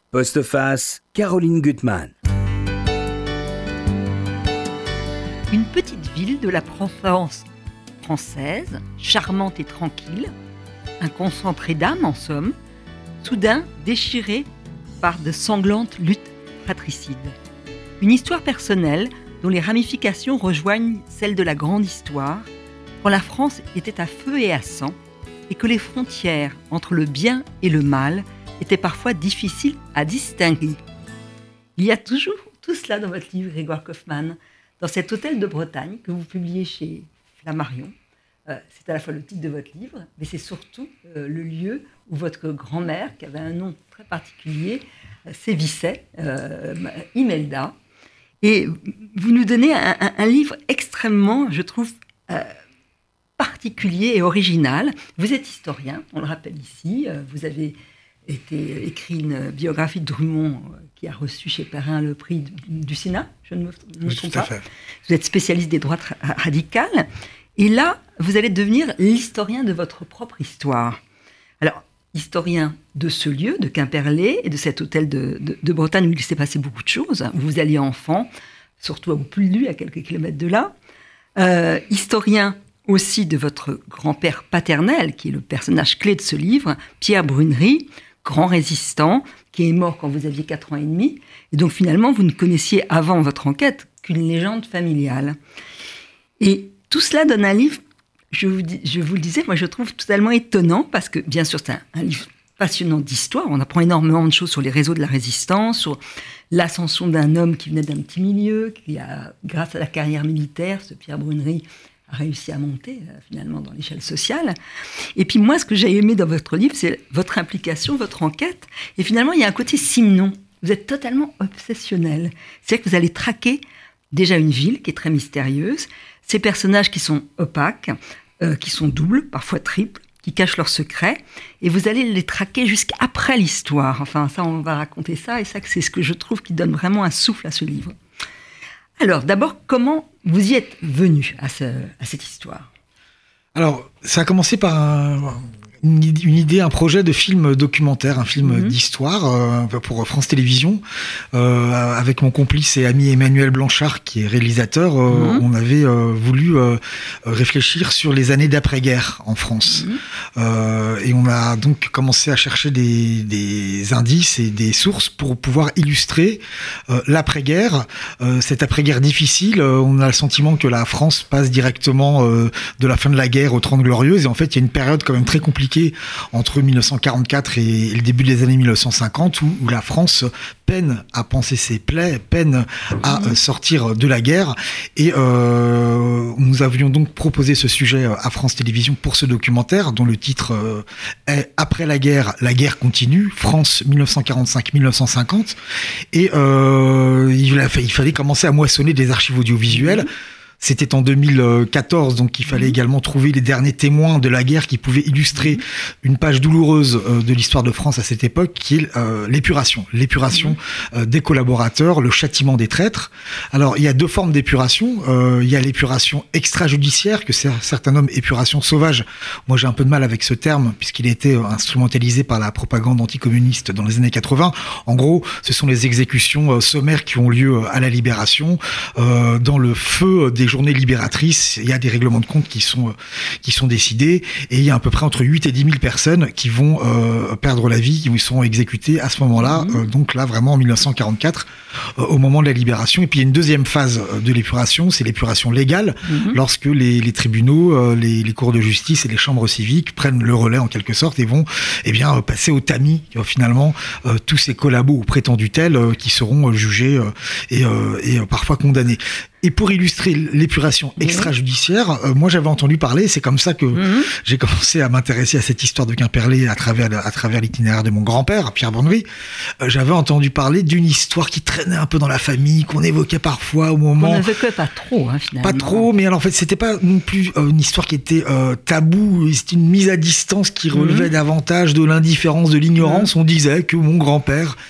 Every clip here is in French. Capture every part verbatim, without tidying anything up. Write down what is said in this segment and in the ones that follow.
Postface, Caroline Gutmann. Une petite ville de la Provence française, charmante et tranquille, un concentré d'âme en somme, soudain déchirée par de sanglantes luttes fratricides. Une histoire personnelle dont les ramifications rejoignent celles de la grande histoire, quand la France était à feu et à sang, et que les frontières entre le bien et le mal étaient parfois difficiles à distinguer. Il y a toujours tout cela dans votre livre, Grégoire Kaufmann, dans cet hôtel de Bretagne que vous publiez chez Flammarion. Euh, c'est à la fois le titre de votre livre, mais c'est surtout euh, le lieu où votre grand-mère, qui avait un nom très particulier, euh, sévissait, euh, Imelda. Et vous nous donnez un, un, un livre extrêmement, je trouve, euh, particulier et original. Vous êtes historien, on le rappelle ici. Euh, vous avez été écrit une biographie de Drummond euh, qui a reçu chez Perrin le prix du, du Sénat, je ne me, me oui, trompe tout à pas. fait. Vous êtes spécialiste des droites ra- radicales. Et là, vous allez devenir l'historien de votre propre histoire. Alors, historien de ce lieu, de Quimperlé, et de cet hôtel de, de, de Bretagne où il s'est passé beaucoup de choses, où vous alliez enfant, surtout à Pouldu, à quelques kilomètres de là. Euh, historien aussi de votre grand-père paternel, qui est le personnage clé de ce livre, Pierre Brunerie, grand résistant, qui est mort quand vous aviez quatre ans et demi. Et donc, finalement, vous ne connaissiez avant votre enquête qu'une légende familiale. Et tout cela donne un livre, je vous, dis, je vous le disais, moi je trouve totalement étonnant, parce que bien sûr c'est un, un livre passionnant d'histoire, on apprend énormément de choses sur les réseaux de la résistance, sur l'ascension d'un homme qui venait d'un petit milieu, qui a, grâce à la carrière militaire, ce Pierre Brunerie a réussi à monter euh, finalement dans l'échelle sociale. Et puis moi ce que j'ai aimé dans votre livre, c'est votre implication, votre enquête, et finalement il y a un côté Simenon, vous êtes totalement obsessionnel, c'est-à-dire que vous allez traquer déjà une ville qui est très mystérieuse, ces personnages qui sont opaques, euh, qui sont doubles, parfois triples, qui cachent leurs secrets, et vous allez les traquer jusqu'après l'histoire. Enfin, ça, on va raconter ça, et ça, c'est ce que je trouve qui donne vraiment un souffle à ce livre. Alors, d'abord, comment vous y êtes venu à, ce, à cette histoire ? Alors, ça a commencé par un... Une idée, une idée, un projet de film documentaire, un film mmh. d'histoire euh, pour France Télévisions. Euh, avec mon complice et ami Emmanuel Blanchard, qui est réalisateur, euh, mmh. on avait euh, voulu euh, réfléchir sur les années d'après-guerre en France. Mmh. Euh, et on a donc commencé à chercher des, des indices et des sources pour pouvoir illustrer euh, l'après-guerre. Euh, cette après-guerre difficile, euh, on a le sentiment que la France passe directement euh, de la fin de la guerre aux Trente Glorieuses. Et en fait, il y a une période quand même très compliquée entre mille neuf cent quarante-quatre et le début des années mille neuf cent cinquante où, où la France peine à panser ses plaies, peine à euh, sortir de la guerre. Et euh, nous avions donc proposé ce sujet à France Télévisions pour ce documentaire dont le titre euh, est « Après la guerre, la guerre continue, France mille neuf cent quarante-cinq mille neuf cent cinquante ». Et euh, il, il fallait commencer à moissonner des archives audiovisuelles. C'était en deux mille quatorze, donc il fallait mmh. également trouver les derniers témoins de la guerre qui pouvaient illustrer mmh. une page douloureuse euh, de l'histoire de France à cette époque, qui est euh, l'épuration. L'épuration mmh. euh, des collaborateurs, le châtiment des traîtres. Alors, il y a deux formes d'épuration. Euh, il y a l'épuration extrajudiciaire, que certains nomment épuration sauvage. Moi, j'ai un peu de mal avec ce terme, puisqu'il a été instrumentalisé par la propagande anticommuniste dans les années quatre-vingts. En gros, ce sont les exécutions euh, sommaires qui ont lieu à la Libération, euh, dans le feu des journées libératrices. Il y a des règlements de compte qui sont qui sont décidés et il y a à peu près entre huit et dix mille personnes qui vont euh, perdre la vie, qui sont exécutées à ce moment-là, mmh. euh, donc là vraiment en mille neuf cent quarante-quatre, euh, au moment de la libération. Et puis il y a une deuxième phase de l'épuration, c'est l'épuration légale, mmh. lorsque les, les tribunaux, euh, les, les cours de justice et les chambres civiques prennent le relais en quelque sorte et vont eh bien euh, passer au tamis euh, finalement euh, tous ces collabos ou prétendus tels euh, qui seront euh, jugés euh, et, euh, et euh, parfois condamnés. Et pour illustrer l'épuration extrajudiciaire, euh, moi j'avais entendu parler, c'est comme ça que mmh. j'ai commencé à m'intéresser à cette histoire de Quimperlé à travers, à travers l'itinéraire de mon grand-père, Pierre Brunerie. Euh, j'avais entendu parler d'une histoire qui traînait un peu dans la famille, qu'on évoquait parfois au moment... On n'évoquait pas trop, hein, finalement. Pas trop, mais alors, en fait, c'était pas non plus euh, une histoire qui était euh, taboue, c'était une mise à distance qui relevait mmh. davantage de l'indifférence, de l'ignorance. Mmh. On disait que mon grand-père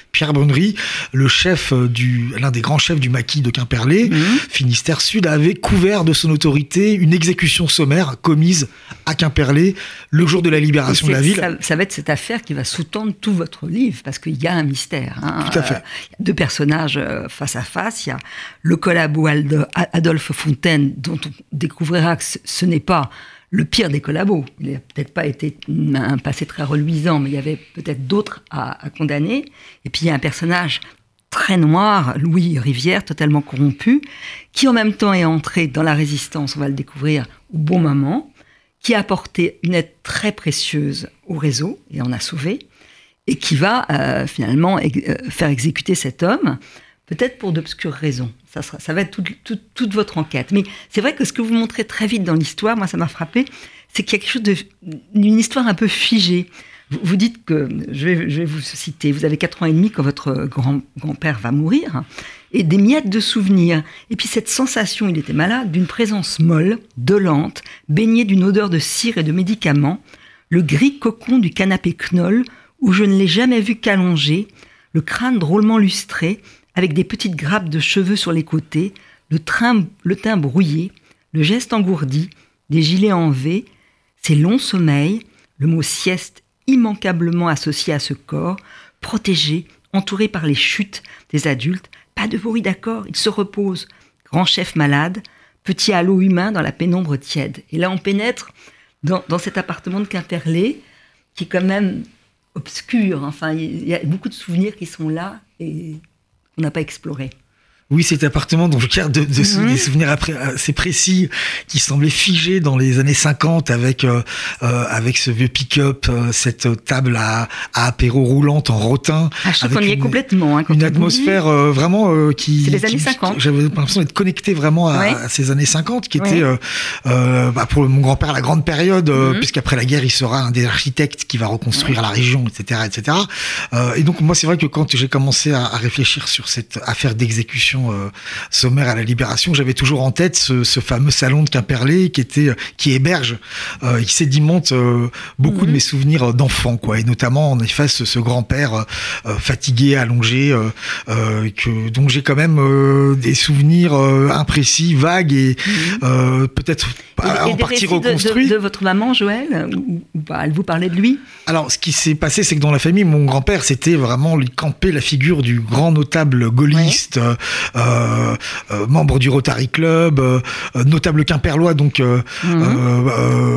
Pierre Bonnery, le chef du, l'un des grands chefs du maquis de Quimperlé, mmh. Finistère Sud, avait couvert de son autorité une exécution sommaire commise à Quimperlé le jour de la libération de la ville. Ça, ça va être cette affaire qui va sous-tendre tout votre livre, parce qu'il y a un mystère. Hein. Tout à fait. Euh, il y a deux personnages euh, face à face. Il y a le collabo Adolphe Fontaine, dont on découvrira que ce n'est pas le pire des collabos. Il n'a peut-être pas été un passé très reluisant, mais il y avait peut-être d'autres à, à condamner. Et puis il y a un personnage très noir, Louis Rivière, totalement corrompu, qui en même temps est entré dans la résistance, on va le découvrir, au bon moment, qui a apporté une aide très précieuse au réseau, et en a sauvé, et qui va euh, finalement ex- faire exécuter cet homme, peut-être pour d'obscures raisons. Ça, sera, ça va être toute, toute, toute votre enquête. Mais c'est vrai que ce que vous montrez très vite dans l'histoire, moi ça m'a frappé, c'est qu'il y a quelque chose de, d'une histoire un peu figée. Vous, vous dites que, je vais, je vais vous citer, vous avez quatre ans et demi quand votre grand, grand-père va mourir, et des miettes de souvenirs. Et puis cette sensation, il était malade, d'une présence molle, dolente, baignée d'une odeur de cire et de médicaments, le gris cocon du canapé Knoll, où je ne l'ai jamais vu qu'allongé, le crâne drôlement lustré, avec des petites grappes de cheveux sur les côtés, le, train, le teint brouillé, le geste engourdi, des gilets en V, ses longs sommeils, le mot sieste immanquablement associé à ce corps, protégé, entouré par les chutes des adultes, pas de bruit d'accord, il se repose, grand chef malade, petit halo humain dans la pénombre tiède. Et là on pénètre dans, dans cet appartement de Quimperlé, qui est quand même obscur, enfin il y a beaucoup de souvenirs qui sont là, et on n'a pas exploré. Oui, cet appartement dont je garde de, de mmh. des souvenirs après, assez précis, qui semblait figé dans les années cinquante avec euh, euh, avec ce vieux pick-up, euh, cette table à, à apéro roulante en rotin. Ah, je trouve qu'on y est complètement. Hein, une atmosphère euh, vraiment euh, qui... C'est les années qui, cinquante. J'avais l'impression d'être connecté vraiment à, ouais. à ces années cinquante, qui ouais. était euh, euh, bah, pour mon grand-père la grande période, euh, mmh. puisqu'après la guerre, il sera un des architectes qui va reconstruire ouais. la région, et cetera, et cetera. Euh, et donc moi, c'est vrai que quand j'ai commencé à, à réfléchir sur cette affaire d'exécution Euh, sommaire à la Libération, j'avais toujours en tête ce, ce fameux salon de Quimperlé qui était, qui héberge, euh, qui sédimente euh, beaucoup mmh. de mes souvenirs d'enfant, quoi, et notamment en effet ce, ce grand-père euh, fatigué, allongé, euh, euh, que donc j'ai quand même euh, des souvenirs euh, imprécis, vagues et mmh. euh, peut-être et, en et partie reconstruits. De, de, de votre maman, Joël, ou, ou pas, elle vous parlait de lui? Alors, ce qui s'est passé, c'est que dans la famille, mon grand-père, c'était vraiment lui camper la figure du grand notable gaulliste. Ouais. Euh, Euh, euh, membre du Rotary Club, euh, notable quimperlois, donc euh, mmh. euh,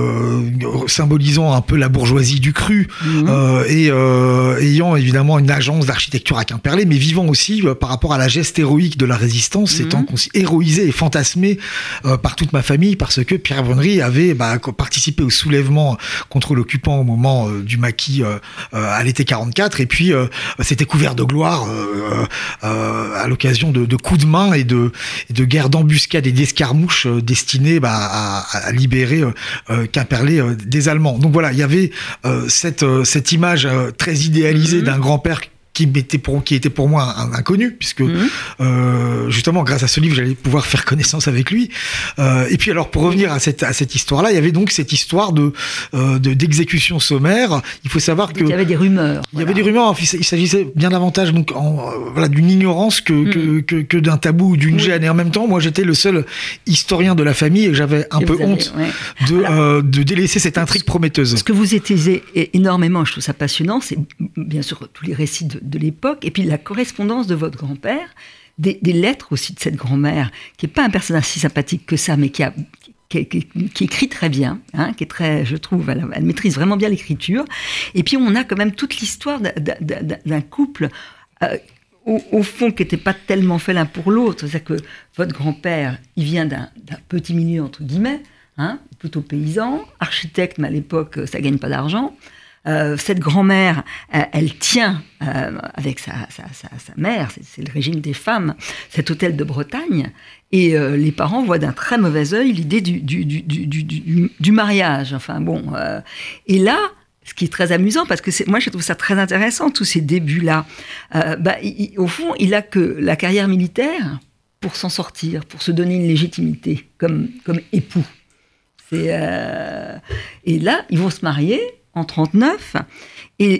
euh, symbolisant un peu la bourgeoisie du cru, mmh. euh, et euh, ayant évidemment une agence d'architecture à Quimperlé, mais vivant aussi euh, par rapport à la geste héroïque de la résistance, mmh. étant héroïsé et fantasmé euh, par toute ma famille, parce que Pierre Bonnery avait bah, participé au soulèvement contre l'occupant au moment euh, du maquis euh, euh, à l'été quarante-quatre, et puis euh, s'était couvert de gloire euh, euh, à l'occasion de, de coups de main et de, et de guerres d'embuscades et d'escarmouches euh, destinées bah, à, à libérer euh, Quimperlé euh, des Allemands. Donc voilà, il y avait euh, cette, euh, cette image euh, très idéalisée mmh. d'un grand-père qui était pour qui était pour moi un inconnu, puisque mmh. euh, justement grâce à ce livre j'allais pouvoir faire connaissance avec lui. Euh, et puis alors pour revenir à cette à cette histoire-là, il y avait donc cette histoire de euh, de d'exécution sommaire. Il faut savoir que il y avait des rumeurs. Il y voilà. avait des rumeurs. Il s'agissait bien davantage donc en, euh, voilà d'une ignorance que, mmh. que que que d'un tabou ou d'une oui. gêne. Et en même temps, moi j'étais le seul historien de la famille et j'avais un et peu honte avez, ouais. de alors, euh, de délaisser cette intrigue prometteuse. Ce que vous étaisez énormément, je trouve ça passionnant, c'est bien sûr tous les récits de de l'époque, et puis la correspondance de votre grand-père, des, des lettres aussi de cette grand-mère, qui n'est pas un personnage si sympathique que ça, mais qui, a, qui, qui, qui écrit très bien, hein, qui est très, je trouve, elle, elle maîtrise vraiment bien l'écriture. Et puis on a quand même toute l'histoire d'un, d'un, d'un couple, euh, au, au fond, qui n'était pas tellement fait l'un pour l'autre. C'est-à-dire que votre grand-père, il vient d'un, d'un petit milieu, entre guillemets, hein, plutôt paysan, architecte, mais à l'époque, ça ne gagne pas d'argent. Euh, cette grand-mère, euh, elle tient euh, avec sa, sa, sa, sa mère, c'est, c'est le régime des femmes, cet hôtel de Bretagne, et euh, les parents voient d'un très mauvais œil l'idée du, du, du, du, du, du, du mariage. Enfin bon, euh, et là, ce qui est très amusant, parce que c'est, moi je trouve ça très intéressant, tous ces débuts-là, euh, bah, il, au fond, il a que la carrière militaire pour s'en sortir, pour se donner une légitimité comme, comme époux. C'est, euh... Et là, ils vont se marier en trente-neuf, et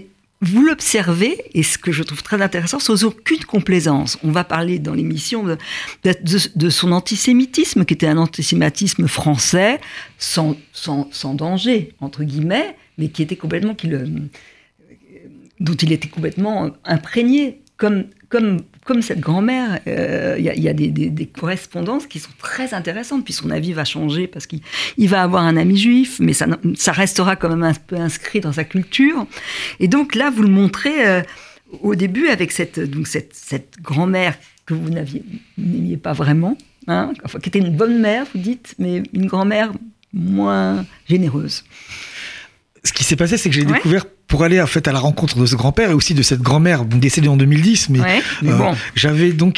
vous l'observez, et ce que je trouve très intéressant, sans aucune complaisance. On va parler dans l'émission de, de, de son antisémitisme, qui était un antisémitisme français, sans, sans, sans danger, entre guillemets, mais qui était complètement, qui le, dont il était complètement imprégné. Comme, comme, comme cette grand-mère, il euh, y a, y a des, des, des correspondances qui sont très intéressantes, puis son avis va changer parce qu'il il va avoir un ami juif, mais ça, ça restera quand même un peu inscrit dans sa culture. Et donc là, vous le montrez euh, au début avec cette, donc cette, cette grand-mère que vous n'aviez, n'aimiez pas vraiment, hein, enfin, qui était une bonne mère, vous dites, mais une grand-mère moins généreuse. Ce qui s'est passé, c'est que j'ai ouais. découvert, pour aller en fait à la rencontre de ce grand-père et aussi de cette grand-mère décédée en deux mille dix, mais, ouais, mais euh, bon. j'avais donc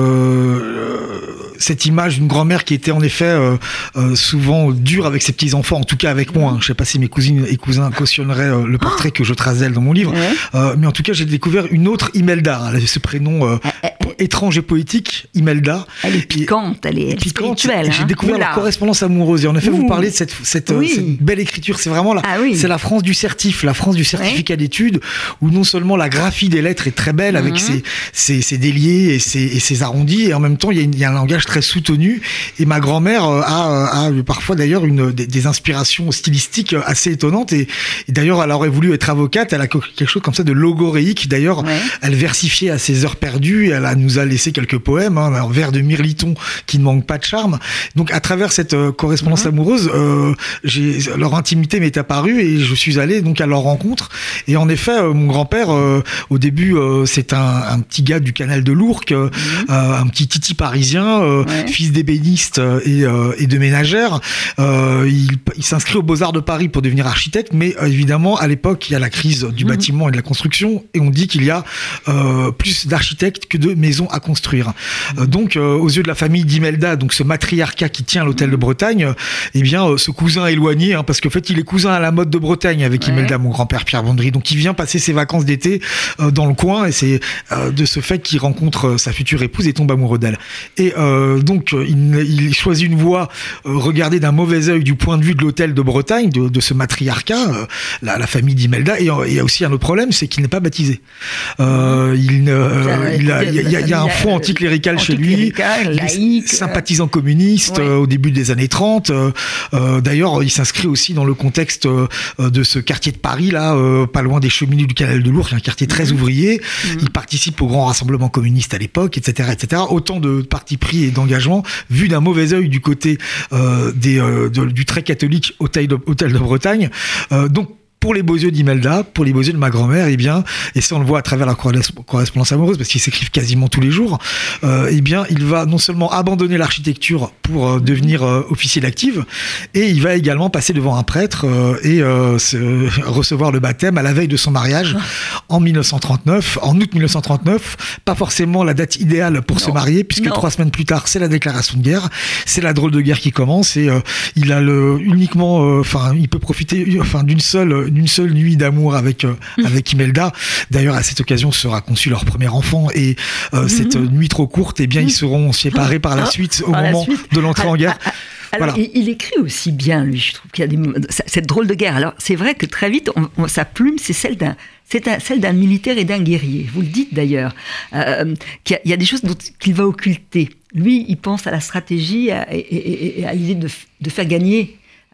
euh, cette image d'une grand-mère qui était en effet euh, euh, souvent dure avec ses petits-enfants, en tout cas avec moi. Hein. Je ne sais pas si mes cousines et cousins cautionneraient euh, le portrait que je trace d'elle dans mon livre, ouais. euh, mais en tout cas j'ai découvert une autre Imelda. Elle avait ce prénom euh, étrange et poétique, Imelda. Elle est piquante, elle est, elle est piquante, spirituelle. J'ai hein. découvert Oula. la correspondance amoureuse. Et en effet, Ouh. vous parlez de cette, cette, oui. cette belle écriture. C'est vraiment la, ah oui. c'est la France du certif, la France du certificat ouais. d'études, où non seulement la graphie des lettres est très belle avec mm-hmm. ses, ses, ses déliés et ses, et ses arrondis, et en même temps il y, a une, il y a un langage très soutenu. Et ma grand-mère a, a parfois d'ailleurs une, des, des inspirations stylistiques assez étonnantes. Et, et d'ailleurs, elle aurait voulu être avocate. Elle a quelque chose comme ça de logoréique. D'ailleurs, ouais. elle versifiait à ses heures perdues. Elle a, nous a laissé quelques poèmes, hein, un vers de Mirliton qui ne manque pas de charme. Donc, à travers cette euh, correspondance mm-hmm. amoureuse, euh, j'ai, leur intimité m'est apparue et je suis allé donc à leur rencontre. Et en effet, euh, mon grand-père, euh, au début, euh, c'est un, un petit gars du canal de l'Ourcq, euh, mm-hmm. euh, un petit titi parisien, euh, ouais. fils d'ébéniste et, euh, et de ménagère. Euh, il, il s'inscrit aux Beaux-Arts de Paris pour devenir architecte, mais euh, évidemment, à l'époque, il y a la crise du mmh. bâtiment et de la construction, et on dit qu'il y a euh, plus d'architectes que de maisons à construire. Mmh. Euh, donc, euh, aux yeux de la famille d'Imelda, donc ce matriarcat qui tient l'hôtel mmh. de Bretagne, euh, eh bien, euh, ce cousin éloigné, hein, parce qu'en fait, il est cousin à la mode de Bretagne avec ouais. Imelda, mon grand-père Pierre Bondry. Donc, il vient passer ses vacances d'été euh, dans le coin, et c'est euh, de ce fait qu'il rencontre euh, sa future épouse et tombe amoureux d'elle. Et euh, donc, euh, il, il choisit une voie euh, regardée d'un mauvais œil du point de vue de l'hôtel de Bretagne, de, de ce matriarcat, euh, la, la famille d'Imelda. Et il y a aussi un autre problème, c'est qu'il n'est pas baptisé. Euh, il, euh, il, a, il, y a, il y a un fond anticlérical chez lui, laïque, sympathisant communiste ouais. euh, au début des années trente. Euh, euh, d'ailleurs, il s'inscrit aussi dans le contexte euh, de ce quartier de Paris, là, euh, pas loin des cheminées du canal de l'Ourcq, un quartier très mmh. ouvrier. Mmh. Il participe au grand rassemblement communiste à l'époque, et cetera, et cetera. Autant de parti pris et d'engagement vu d'un mauvais œil du côté euh, des, euh, de, du très catholique hôtel de, hôtel de Bretagne. Euh, donc, pour les beaux yeux d'Imelda, pour les beaux yeux de ma grand-mère, eh bien, et ça on le voit à travers la correspondance amoureuse, parce qu'ils s'écrivent quasiment tous les jours, euh, eh bien, il va non seulement abandonner l'architecture pour euh, devenir euh, officier d'active, et il va également passer devant un prêtre euh, et euh, se, recevoir le baptême à la veille de son mariage en dix-neuf cent trente-neuf, en août dix-neuf cent trente-neuf, pas forcément la date idéale pour non. se marier, puisque non. trois semaines plus tard, c'est la déclaration de guerre, c'est la drôle de guerre qui commence, et euh, il a le, uniquement, enfin, euh, il peut profiter, enfin, d'une seule d'une seule nuit d'amour avec euh, mmh. avec Imelda. D'ailleurs, à cette occasion sera conçu leur premier enfant, et euh, mmh. cette nuit trop courte, eh bien, mmh. ils seront séparés par la suite au par moment suite. de l'entrée ah, en guerre. Ah, ah, alors, voilà. il, il écrit aussi bien, lui. Je trouve qu'il y a des, cette drôle de guerre. Alors, c'est vrai que très vite, on, on, sa plume, c'est celle d'un c'est un, celle d'un militaire et d'un guerrier. Vous le dites d'ailleurs. Euh, qu'il y a, il y a des choses dont, qu'il va occulter. Lui, il pense à la stratégie et, et, et à l'idée de, de faire gagner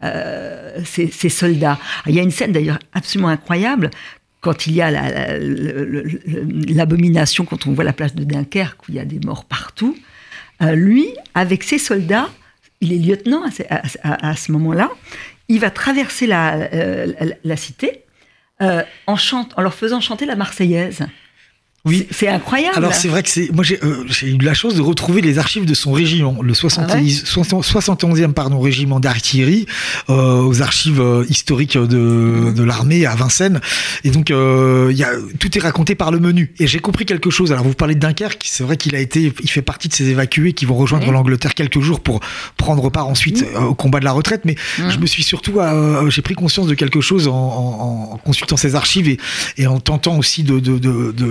Euh, ces, ces soldats. Il y a une scène d'ailleurs absolument incroyable quand il y a la, la, la, la, l'abomination, quand on voit la plage de Dunkerque où il y a des morts partout. Euh, lui, avec ses soldats, il est lieutenant à, à, à ce moment-là, il va traverser la, euh, la, la cité euh, en, chante, en leur faisant chanter la Marseillaise. Oui. C'est, c'est incroyable. Alors c'est vrai que c'est moi j'ai, euh, j'ai eu la chance de retrouver les archives de son régiment, le soixante et onzième pardon régiment d'artillerie, euh, aux archives euh, historiques de mmh. de l'armée à Vincennes. Et donc euh, il y a tout est raconté par le menu. Et j'ai compris quelque chose. Alors vous parlez de Dunkerque, c'est vrai qu'il a été, il fait partie de ces évacués qui vont rejoindre mmh. l'Angleterre quelques jours pour prendre part ensuite mmh. euh, au combat de la retraite. Mais mmh. je me suis surtout, euh, j'ai pris conscience de quelque chose en, en, en consultant ces archives et, et en tentant aussi de de de de, de me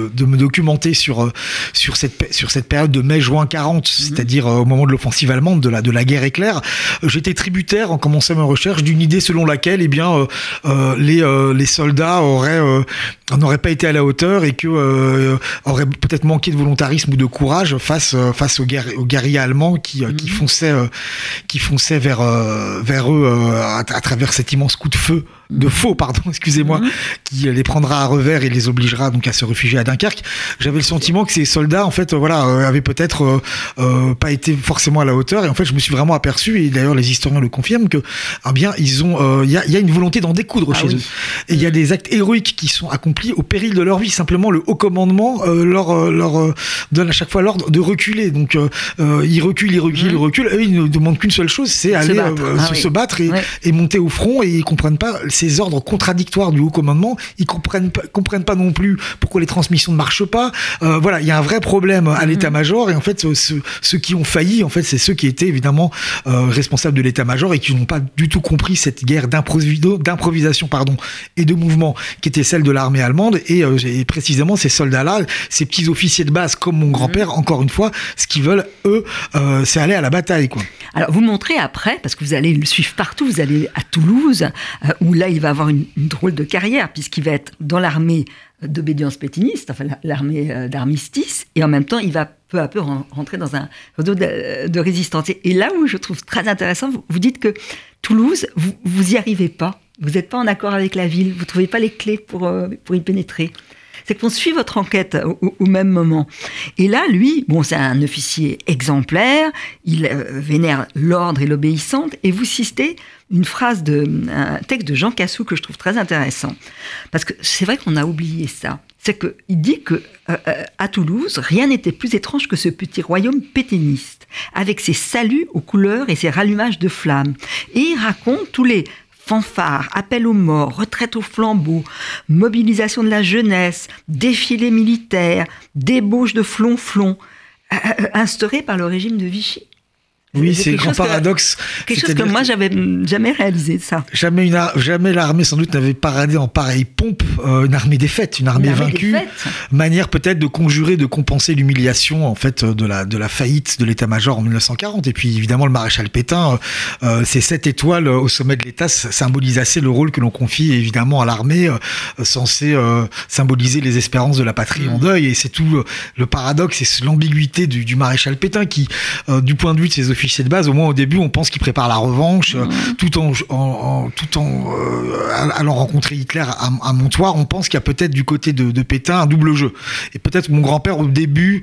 documenté sur sur cette sur cette période de mai-juin quarante, mmh. c'est-à-dire au moment de l'offensive allemande, de la de la guerre éclair. J'étais tributaire en commençant mes recherches d'une idée selon laquelle, eh bien, euh, euh, les euh, les soldats auraient euh, n'auraient pas été à la hauteur et que euh, auraient peut-être manqué de volontarisme ou de courage face euh, face aux, guerri- aux guerriers allemands qui euh, mmh. qui fonçaient euh, qui fonçaient vers euh, vers eux euh, à, à travers cet immense coup de feu de faux, pardon, excusez-moi, mmh. qui les prendra à revers et les obligera donc à se réfugier à Dunkerque. J'avais le sentiment que ces soldats, en fait, euh, voilà, euh, avaient peut-être euh, euh, pas été forcément à la hauteur. Et en fait, je me suis vraiment aperçu, et d'ailleurs les historiens le confirment, que, eh bien, ils ont, il euh, y, a, y a une volonté d'en découdre ah, chez oui. eux. Et il y a des actes héroïques qui sont accomplis au péril de leur vie. Simplement, le haut commandement euh, leur, euh, leur euh, donne à chaque fois l'ordre de reculer. Donc, euh, euh, ils reculent, ils reculent, mmh. ils reculent. Eux, ils ne demandent qu'une seule chose, c'est se aller battre. Euh, ah, se, oui. se battre et, ouais. et monter au front. Et ils comprennent pas ces ordres contradictoires du haut commandement. Ils comprennent pas, comprennent pas non plus pourquoi les transmissions ne marchent pas. Euh, voilà, il y a un vrai problème à l'état-major. Et en fait, ceux, ceux qui ont failli, en fait, c'est ceux qui étaient évidemment euh, responsables de l'état-major et qui n'ont pas du tout compris cette guerre d'improvis- d'improvisation, pardon, et de mouvement qui était celle de l'armée allemande. Et, euh, et précisément, ces soldats-là, ces petits officiers de base comme mon grand-père, mmh. encore une fois, ce qu'ils veulent, eux, euh, c'est aller à la bataille, quoi. Alors, vous montrez après, parce que vous allez le suivre partout, vous allez à Toulouse, euh, où là, il va avoir une, une drôle de carrière, puisqu'il va être dans l'armée d'obédience pétainiste, enfin l'armée euh, d'armistice, et en même temps, il va peu à peu rentrer dans un réseau de, de résistance. Et là où je trouve très intéressant, vous, vous dites que Toulouse, vous, vous y arrivez pas, vous n'êtes pas en accord avec la ville, vous trouvez pas les clés pour, euh, pour y pénétrer. C'est qu'on suit votre enquête au, au même moment. Et là, lui, bon, c'est un officier exemplaire, il euh, vénère l'ordre et l'obéissance, et vous citez une phrase de, un texte de Jean Cassou que je trouve très intéressant. Parce que c'est vrai qu'on a oublié ça. C'est qu'il dit que euh, à Toulouse, rien n'était plus étrange que ce petit royaume pétainiste, avec ses saluts aux couleurs et ses rallumages de flammes. Et il raconte tous les fanfares, appel aux morts, retraite aux flambeaux, mobilisation de la jeunesse, défilés militaires, débauche de flonflons, euh, instaurés par le régime de Vichy. Oui, c'est, c'est le grand paradoxe. Que, quelque chose que moi, j'avais jamais réalisé, ça. Jamais, une, jamais l'armée, sans doute, n'avait paradé en pareille pompe euh, une armée défaite, une armée, une armée vaincue. Défaite. Manière peut-être de conjurer, de compenser l'humiliation, en fait, de la, de la faillite de l'état-major en dix-neuf cent quarante. Et puis, évidemment, le maréchal Pétain, euh, ces sept étoiles au sommet de l'État symbolisent assez le rôle que l'on confie, évidemment, à l'armée, euh, censée euh, symboliser les espérances de la patrie mmh. en deuil. Et c'est tout euh, le paradoxe et l'ambiguïté du, du maréchal Pétain qui, euh, du point de vue de ses officiers de base, au moins au début, on pense qu'il prépare la revanche, mmh. tout en, en, en tout en euh, allant rencontrer Hitler à, à Montoire. On pense qu'il y a peut-être du côté de, de Pétain un double jeu. Et peut-être mon grand-père au début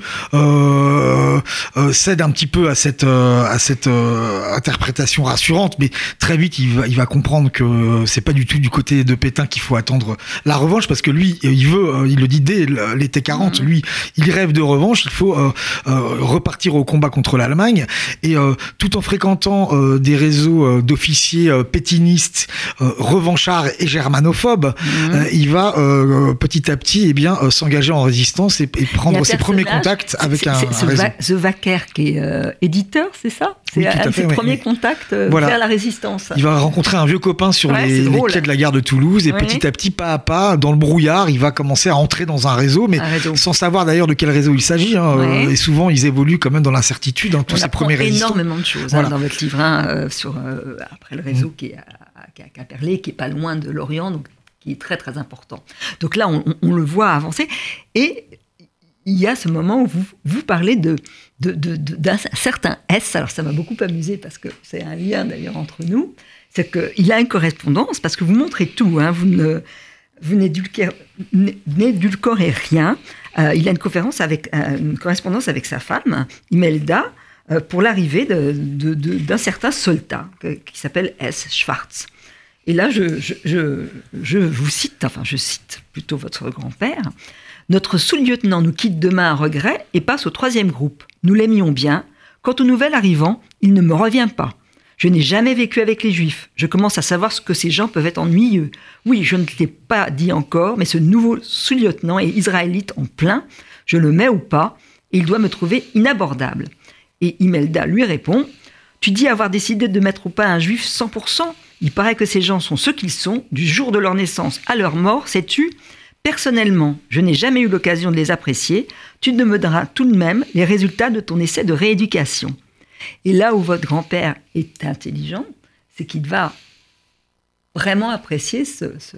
euh, euh, cède un petit peu à cette euh, à cette euh, interprétation rassurante, mais très vite il va il va comprendre que c'est pas du tout du côté de Pétain qu'il faut attendre la revanche, parce que lui il veut, il le dit dès l'été quarante, mmh. lui il rêve de revanche. Il faut euh, euh, repartir au combat contre l'Allemagne et euh, tout en fréquentant euh, des réseaux euh, d'officiers euh, pétinistes, euh, revanchards et germanophobes, mmh. euh, il va euh, petit à petit eh bien, euh, s'engager en résistance et, et prendre ses premiers contacts avec c'est, un, c'est, un réseau. The Wacker qui est euh, éditeur, c'est ça? C'est oui, un de ses oui, premiers oui. contacts euh, voilà. vers la résistance. Il va rencontrer un vieux copain sur ouais, les, les quais de la gare de Toulouse et oui. petit à petit, pas à pas, dans le brouillard, il va commencer à entrer dans un réseau, mais un réseau. sans savoir d'ailleurs de quel réseau il s'agit. Hein, ouais. Et souvent, ils évoluent quand même dans l'incertitude, hein, tous ces premiers résistants. Énormément de choses voilà. hein, dans votre livre, hein, euh, sur, euh, après le réseau mmh. qui est à, à Quimperlé, qui est pas loin de Lorient, donc qui est très très important. Donc là, on, on le voit avancer, et il y a ce moment où vous, vous parlez de, de, de, de, d'un certain S, alors ça m'a beaucoup amusé, parce que c'est un lien d'ailleurs entre nous, c'est qu'il a une correspondance, parce que vous montrez tout, hein, vous, ne, vous n'édulcorez, n'édulcorez rien. Euh, il a une, conférence avec, euh, une correspondance avec sa femme, Imelda, euh, pour l'arrivée de, de, de, d'un certain soldat que, qui s'appelle S. Schwartz. Et là, je, je, je, je vous cite, enfin je cite plutôt votre grand-père. « Notre sous-lieutenant nous quitte demain à regret et passe au troisième groupe. Nous l'aimions bien. Quant aux nouvelles arrivant, il ne me revient pas. Je n'ai jamais vécu avec les Juifs. Je commence à savoir ce que ces gens peuvent être ennuyeux. Oui, je ne te l'ai pas dit encore, mais ce nouveau sous-lieutenant est israélite en plein. Je le mets ou pas, et il doit me trouver inabordable. » Et Imelda lui répond « Tu dis avoir décidé de mettre au pas un Juif cent pour cent. Il paraît que ces gens sont ceux qu'ils sont, du jour de leur naissance à leur mort, sais-tu ? Personnellement, je n'ai jamais eu l'occasion de les apprécier. Tu me donneras tout de même les résultats de ton essai de rééducation. Et là où votre grand-père est intelligent, c'est qu'il va vraiment apprécier ce, ce,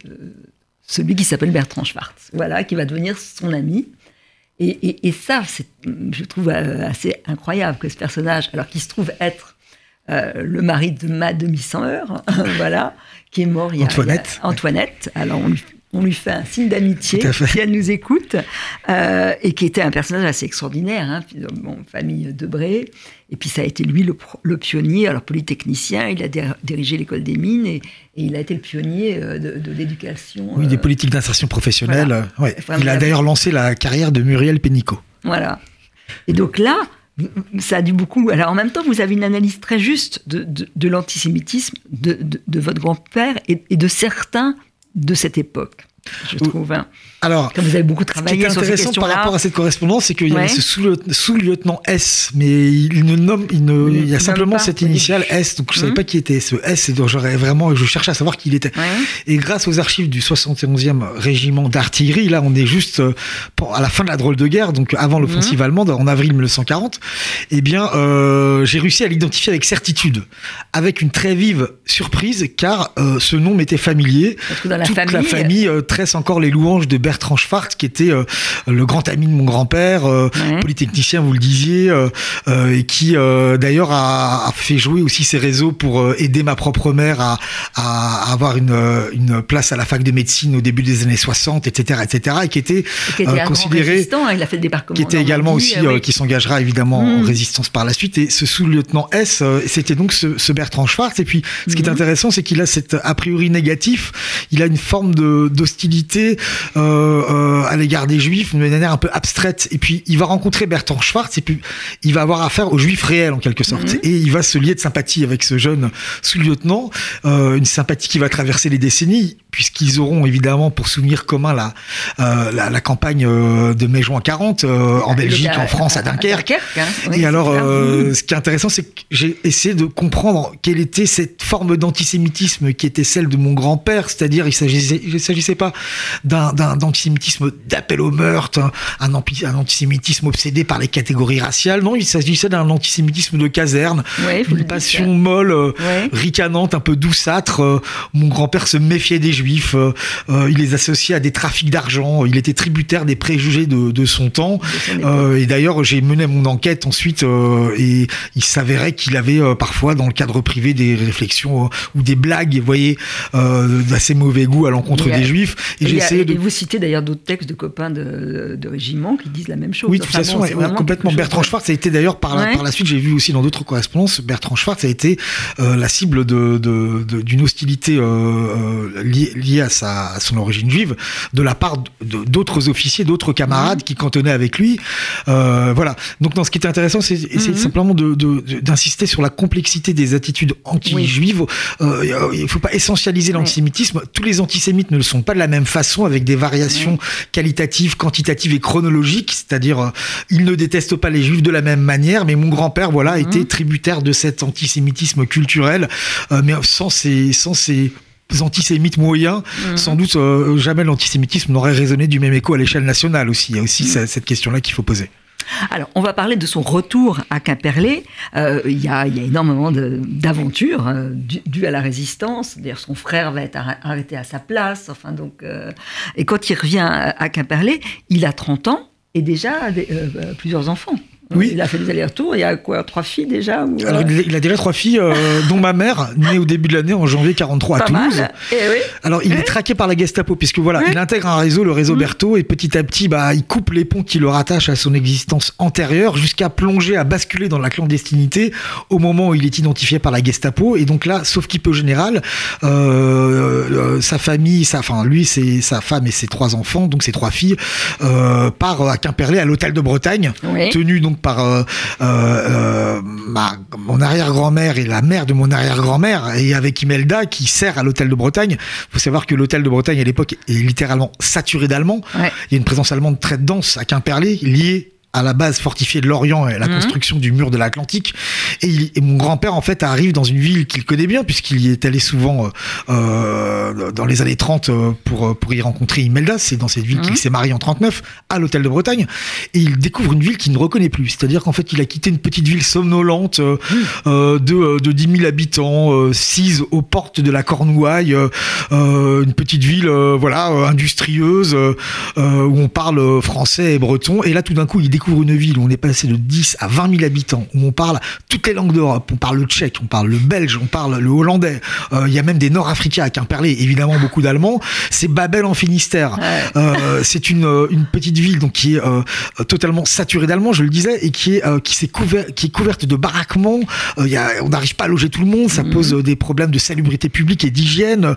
celui qui s'appelle Bertrand Schwartz, voilà, qui va devenir son ami. Et, et, et ça, c'est, je trouve assez incroyable que ce personnage, alors qu'il se trouve être euh, le mari de ma demi-sœur, voilà, qui est mort il y a... Antoinette. Il y a, Antoinette. Alors, on lui On lui fait un signe d'amitié si elle nous écoute, euh, et qui était un personnage assez extraordinaire, hein, bon, famille Debré, et puis ça a été lui le, le pionnier, alors polytechnicien, il a dirigé l'école des mines, et, et il a été le pionnier de, de l'éducation. Oui, euh, des politiques d'insertion professionnelle. Voilà. Ouais. Il a d'ailleurs lancé la carrière de Muriel Pénicaud. Voilà. Et donc là, ça a dû beaucoup... Alors en même temps, vous avez une analyse très juste de, de, de l'antisémitisme de, de, de votre grand-père et, et de certains de cette époque, je trouve. Hein. Alors, comme vous avez beaucoup travaillé sur ces questions-là. Ce qui est intéressant par rapport à cette correspondance, c'est qu'il y ouais. avait ce sous-lieutenant S, mais il ne nomme, il ne, il y a simplement cette initiale S, donc je ne savais mmh. pas qui était ce S, et donc j'aurais vraiment, je cherchais à savoir qui il était. Ouais. Et grâce aux archives du soixante et onzième régiment d'artillerie, là, on est juste à la fin de la drôle de guerre, donc avant l'offensive mmh. allemande, en avril mille neuf cent quarante, eh bien, euh, j'ai réussi à l'identifier avec certitude, avec une très vive surprise, car euh, ce nom m'était familier. Dans la Toute famille, la famille euh, tresse encore les louanges de Bertrand Schwartz, qui était euh, le grand ami de mon grand-père, euh, ouais. polytechnicien, vous le disiez, euh, euh, et qui euh, d'ailleurs a, a fait jouer aussi ses réseaux pour euh, aider ma propre mère à, à, à avoir une, une place à la fac de médecine au début des années soixante, et cetera, et cetera, et qui était, et qui était euh, considéré, hein, il a fait le débarquement, qui était également aussi, euh, oui. qui s'engagera évidemment mmh. en résistance par la suite. Et ce sous-lieutenant S, euh, c'était donc ce, ce Bertrand Schwartz. Et puis, ce mmh. qui est intéressant, c'est qu'il a cet a priori négatif. Il a une forme de d'hostilité euh, euh, à l'égard des Juifs, d'une manière un peu abstraite. Et puis, il va rencontrer Bertrand Schwartz, et puis il va avoir affaire aux Juifs réels, en quelque sorte. Mmh. Et il va se lier de sympathie avec ce jeune sous-lieutenant, euh, une sympathie qui va traverser les décennies, puisqu'ils auront évidemment pour souvenir commun la, euh, la, la campagne euh, de mai-juin quarante, euh, en Belgique, en France, à Dunkerque. À Dunkerque hein. Oui, et alors, euh, ce qui est intéressant, c'est que j'ai essayé de comprendre quelle était cette forme d'antisémitisme qui était celle de mon grand-père, c'est-à-dire il s'agissait, il s'agissait pas d'un, d'un d'antisémitisme d'appel au meurtre, un, un, ampi, un antisémitisme obsédé par les catégories raciales, non, il s'agissait d'un antisémitisme de caserne, ouais, une passion molle, euh, ouais. ricanante, un peu douceâtre. Euh, mon grand-père se méfiait des Juifs, euh, euh, il les associait à des trafics d'argent, il était tributaire des préjugés de, de son temps, euh, et d'ailleurs j'ai mené mon enquête ensuite, euh, et il s'avérait qu'il avait euh, parfois dans le cadre privé des réflexions euh, ou des blagues, vous voyez, euh, d'assez mauvais goût à l'encontre des Juifs. Et, et j'ai essayé de... Et vous citez d'ailleurs d'autres textes de copains de, de régiment qui disent la même chose. Oui, de toute façon, bon, ouais, complètement. Bertrand Schwartz a été d'ailleurs par, ouais. la, par la suite, j'ai vu aussi dans d'autres correspondances, Bertrand Schwartz a été euh, la cible de, de, de, d'une hostilité euh, liée, liée à, sa, à son origine juive de la part de, d'autres officiers, d'autres camarades mmh. qui cantonnaient avec lui. Euh, voilà. Donc, non, ce qui était intéressant, c'est, c'est mmh. simplement de, de, de, d'insister sur la complexité des attitudes anti-juives. Oui. Euh, il ne faut pas essentialiser oui. l'antisémitisme. Tous les antisémites ne le sont pas de la même façon, avec des variations oui. qualitatives, quantitatives et chronologiques. C'est-à-dire, euh, ils ne détestent pas les juifs de la même manière, mais mon grand-père, voilà, mmh. était tributaire de cet antisémitisme culturel, euh, mais sans ces, sans ces antisémites moyens, mmh. sans doute euh, jamais l'antisémitisme n'aurait résonné du même écho à l'échelle nationale aussi. Il y a aussi mmh. cette question-là qu'il faut poser. Alors, on va parler de son retour à Quimperlé. Euh, il y a, il y a énormément de, d'aventures euh, dues du à la résistance. D'ailleurs, son frère va être arrêté à sa place. Enfin, donc, euh, et quand il revient à, à Quimperlé, il a trente ans et déjà des, euh, plusieurs enfants. Oui. Il a fait des allers-retours. Il y a quoi, trois filles déjà ou, Alors, euh... il a déjà trois filles, euh, dont ma mère, née au début de l'année en janvier quarante-trois à Toulouse. Et oui. Alors, il oui. est traqué par la Gestapo, puisque voilà, oui. il intègre un réseau, le réseau mmh. Berthaud, et petit à petit, bah, il coupe les ponts qui le rattachent à son existence antérieure, jusqu'à plonger, à basculer dans la clandestinité au moment où il est identifié par la Gestapo. Et donc là, sauf qu'il peut général, euh, euh, sa famille, sa, enfin lui, c'est sa femme et ses trois enfants, donc ses trois filles, euh, part à Quimperlé, à l'hôtel de Bretagne, oui. tenu donc par euh, euh, ma, mon arrière-grand-mère et la mère de mon arrière-grand-mère, et avec Imelda qui sert à l'hôtel de Bretagne. Il faut savoir que l'hôtel de Bretagne à l'époque est littéralement saturé d'Allemands. Ouais. Il y a une présence allemande très dense à Quimperlé, liée à la base fortifiée de l'Orient et à la mmh. construction du mur de l'Atlantique. Et, il, et mon grand-père, en fait, arrive dans une ville qu'il connaît bien, puisqu'il y est allé souvent euh, dans les années trente pour, pour y rencontrer Imelda. C'est dans cette ville mmh. qu'il s'est marié en trente-neuf, à l'Hôtel de Bretagne. Et il découvre une ville qu'il ne reconnaît plus. C'est-à-dire qu'en fait, il a quitté une petite ville somnolente euh, mmh. euh, de, de dix mille habitants, euh, sise aux portes de la Cornouaille, euh, euh, une petite ville euh, voilà, euh, industrieuse, euh, où on parle français et breton. Et là, tout d'un coup, il découvre une ville où on est passé de dix à vingt mille habitants, où on parle toutes les langues d'Europe. On parle le tchèque, on parle le belge, on parle le hollandais. Euh, il y a même des nord-africains à Quimperlé, évidemment beaucoup d'Allemands. C'est Babel en Finistère. Ouais. Euh, c'est une, une petite ville donc, qui est euh, totalement saturée d'Allemands, je le disais, et qui est, euh, qui s'est couvert, qui est couverte de baraquements. Euh, y a, on n'arrive pas à loger tout le monde. Ça mmh. pose des problèmes de salubrité publique et d'hygiène,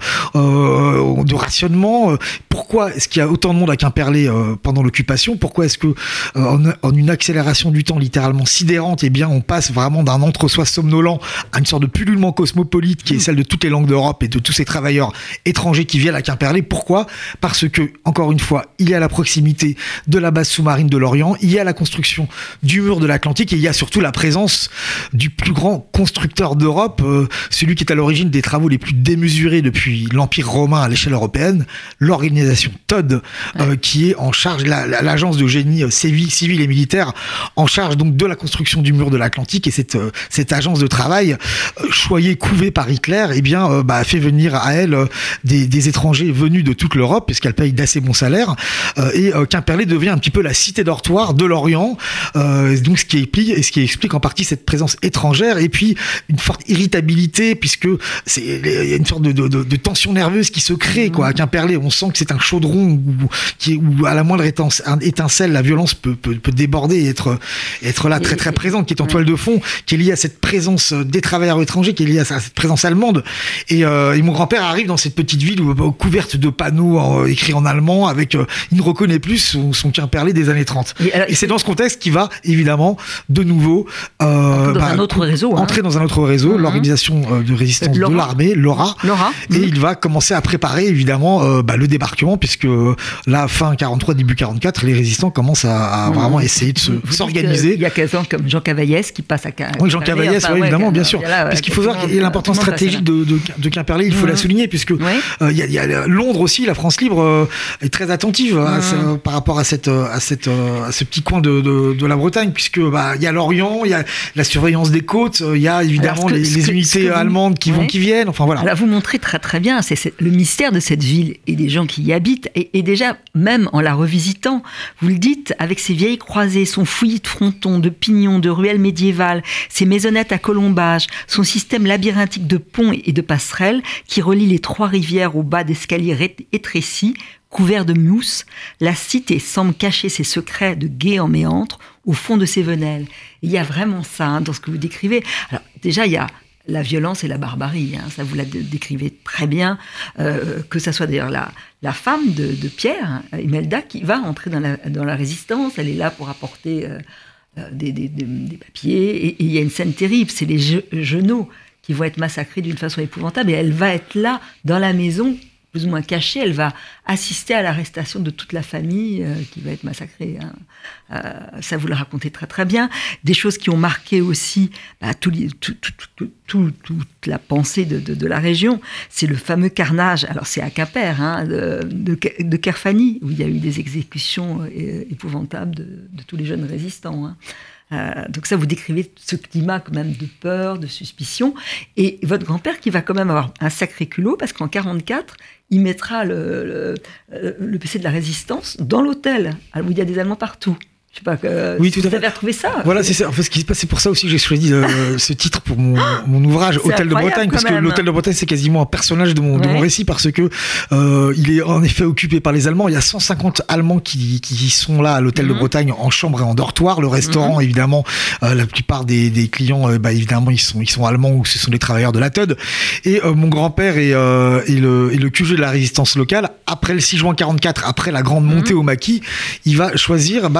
euh, de rationnement. Pourquoi est-ce qu'il y a autant de monde à Quimperlé euh, pendant l'occupation? Pourquoi est-ce que, euh, en, en une accélération du temps littéralement sidérante, eh bien, on passe vraiment d'un entre-soi somnolent à une sorte de pullulement cosmopolite qui est celle de toutes les langues d'Europe et de tous ces travailleurs étrangers qui viennent à Quimperlé? Pourquoi? Parce que, encore une fois, il y a la proximité de la base sous-marine de l'Orient, il y a la construction du mur de l'Atlantique et il y a surtout la présence du plus grand constructeur d'Europe, euh, celui qui est à l'origine des travaux les plus démesurés depuis l'Empire romain à l'échelle européenne, l'organisation Todd, euh, ouais. qui est en charge, la, la, l'agence de génie euh, civil et militaire, en charge donc de la construction du mur de l'Atlantique. Et cette, euh, cette agence de travail, euh, choyée, couvée par Hitler, eh bien, euh, bah, fait venir à elle euh, des, des étrangers venus de toute l'Europe, puisqu'elle paye d'assez bons salaires. Euh, et euh, Quimperlé devient un petit peu la cité dortoir de l'Orient, euh, donc ce qui explique, et ce qui explique en partie cette présence étrangère, et puis une forte irritabilité, puisque c'est, il y a une sorte de, de, de, de tension nerveuse qui se crée, quoi. À Quimperlé, on sent que c'est un chaudron où, qui, où à la moindre étincelle, la violence peut, peut, peut déborder et être, être là très très présente, qui est en toile de fond, qui est liée à cette présence des travailleurs étrangers, qui est liée à cette présence allemande. Et, euh, et mon grand-père arrive dans cette petite ville où, où, couverte de panneaux en, écrits en allemand, avec, euh, il ne reconnaît plus son, son Quimperlé des années trente. Et, alors, et c'est dans ce contexte qu'il va, évidemment, de nouveau, euh, dans bah, un autre réseau, entrer hein. dans un autre réseau, mmh. l'organisation euh, de résistance Laura. de l'armée, l'Ora. Laura. Et mmh. il va commencer à préparer, évidemment, euh, bah, le débarquement, puisque euh, là, fin quarante-trois, début quarante-quatre, les résistants commencent à, à mmh. vraiment essayer de se, Vous s'organiser. Il y a quinze ans, comme Jean Cavaillès qui passe à Quimperlé. Oui, Jean Cavaillès, enfin, oui, ouais, évidemment, bien sûr. Là, ouais, puisqu'il faut voir qu'il y a l'importance stratégique de, de, de Quimperlé, il faut mmh. la souligner, puisque il ouais. euh, y, y a Londres aussi, la France libre euh, est très attentive mmh. à ce, par rapport à, cette, à, cette, à ce petit coin de, de, de la Bretagne, puisque bah, y a l'Orient, il y a la surveillance des côtes, il y a évidemment que, les, les unités vous, allemandes qui ouais. vont, qui viennent, enfin voilà. Alors vous montrez très très bien, c'est, c'est le mystère de cette ville et des gens qui y habitent, et, et déjà, même en la revisitant, vous le dites, avec ses vieilles croisées, son fouillis de frontons, de pignons, de ruelles médiévales, ses maisonnettes à colombages, son système labyrinthique de ponts et de passerelles qui relie les trois rivières au bas d'escaliers étrécis, couverts de mousse, la cité semble cacher ses secrets de guet en méandre au fond de ses venelles. Il y a vraiment ça hein, dans ce que vous décrivez. Alors déjà, il y a la violence et la barbarie, hein, ça vous la décrivez très bien, euh, que ça soit d'ailleurs la, la femme de, de Pierre, hein, Imelda, qui va entrer dans la, dans la résistance, elle est là pour apporter euh, des, des, des, des papiers, et il y a une scène terrible, c'est les je, genoux qui vont être massacrés d'une façon épouvantable, et elle va être là, dans la maison, plus ou moins cachée, elle va assister à l'arrestation de toute la famille euh, qui va être massacrée. Hein. Euh, ça, vous le racontez très très bien. Des choses qui ont marqué aussi bah, tout, tout, tout, tout, tout, toute la pensée de, de, de la région, c'est le fameux carnage, alors c'est à Quimper, hein, de, de, de Kerfani, où il y a eu des exécutions euh, épouvantables de, de tous les jeunes résistants. Hein. Euh, donc ça, vous décrivez ce climat quand même de peur, de suspicion, et votre grand-père qui va quand même avoir un sacré culot, parce qu'en quarante-quatre, il mettra le, le, le P C de la Résistance dans l'hôtel, où il y a des Allemands partout. Je sais pas, que, oui, tout vous à fait. avez retrouvé ça. Voilà, c'est ça. En fait, ce qui se passe, c'est pour ça aussi que j'ai choisi euh, ce titre pour mon, mon ouvrage, c'est Hôtel de Bretagne, parce que l'Hôtel de Bretagne, c'est quasiment un personnage de mon, ouais. de mon récit, parce que euh, il est en effet occupé par les Allemands. Il y a cent cinquante Allemands qui, qui sont là à l'Hôtel mmh. de Bretagne, en chambre et en dortoir. Le restaurant, mmh. évidemment, euh, la plupart des, des clients, euh, bah, évidemment, ils sont, ils sont allemands ou ce sont des travailleurs de la Todd. Et euh, mon grand-père est, euh, est, le, est le Q G de la résistance locale. Après le six juin quarante-quatre, après la grande montée mmh. au maquis, il va choisir bah, d'organiser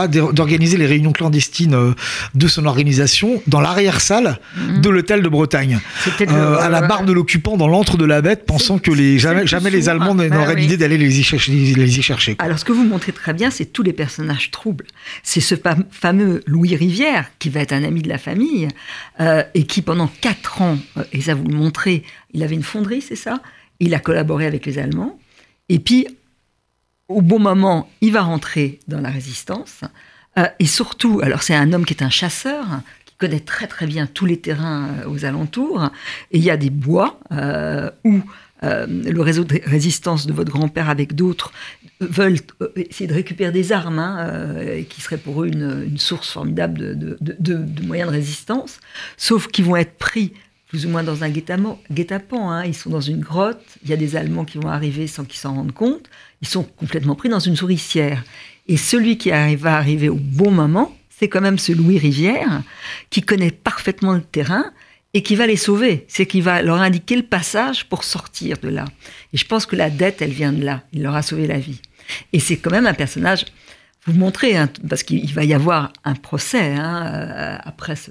d'organiser les réunions clandestines euh, de son organisation dans l'arrière-salle mmh. de l'hôtel de Bretagne, euh, le, à la barre de l'occupant dans l'antre de la bête, pensant que les, jamais, jamais les Allemands bah, n'auraient oui. l'idée d'aller les y chercher. Les y chercher quoi. Alors, ce que vous montrez très bien, c'est tous les personnages troubles. C'est ce fameux Louis Rivière, qui va être un ami de la famille, euh, et qui, pendant quatre ans, euh, et ça vous le montrez, il avait une fonderie, c'est ça ? Il a collaboré avec les Allemands. Et puis, au bon moment, il va rentrer dans la résistance. Euh, et surtout, alors c'est un homme qui est un chasseur, qui connaît très très bien tous les terrains euh, aux alentours. Et il y a des bois euh, où euh, le réseau de résistance de votre grand-père avec d'autres veulent essayer de récupérer des armes, hein, euh, qui seraient pour eux une, une source formidable de, de, de, de, de moyens de résistance. Sauf qu'ils vont être pris plus ou moins dans un guet-apens. Hein. Ils sont dans une grotte, il y a des Allemands qui vont arriver sans qu'ils s'en rendent compte. Ils sont complètement pris dans une souricière. Et celui qui arrive, va arriver au bon moment, c'est quand même ce Louis Rivière, qui connaît parfaitement le terrain et qui va les sauver. C'est qu'il va leur indiquer le passage pour sortir de là. Et je pense que la dette, elle vient de là. Il leur a sauvé la vie. Et c'est quand même un personnage... Vous montrez, hein, parce qu'il va y avoir un procès hein, euh, après ce...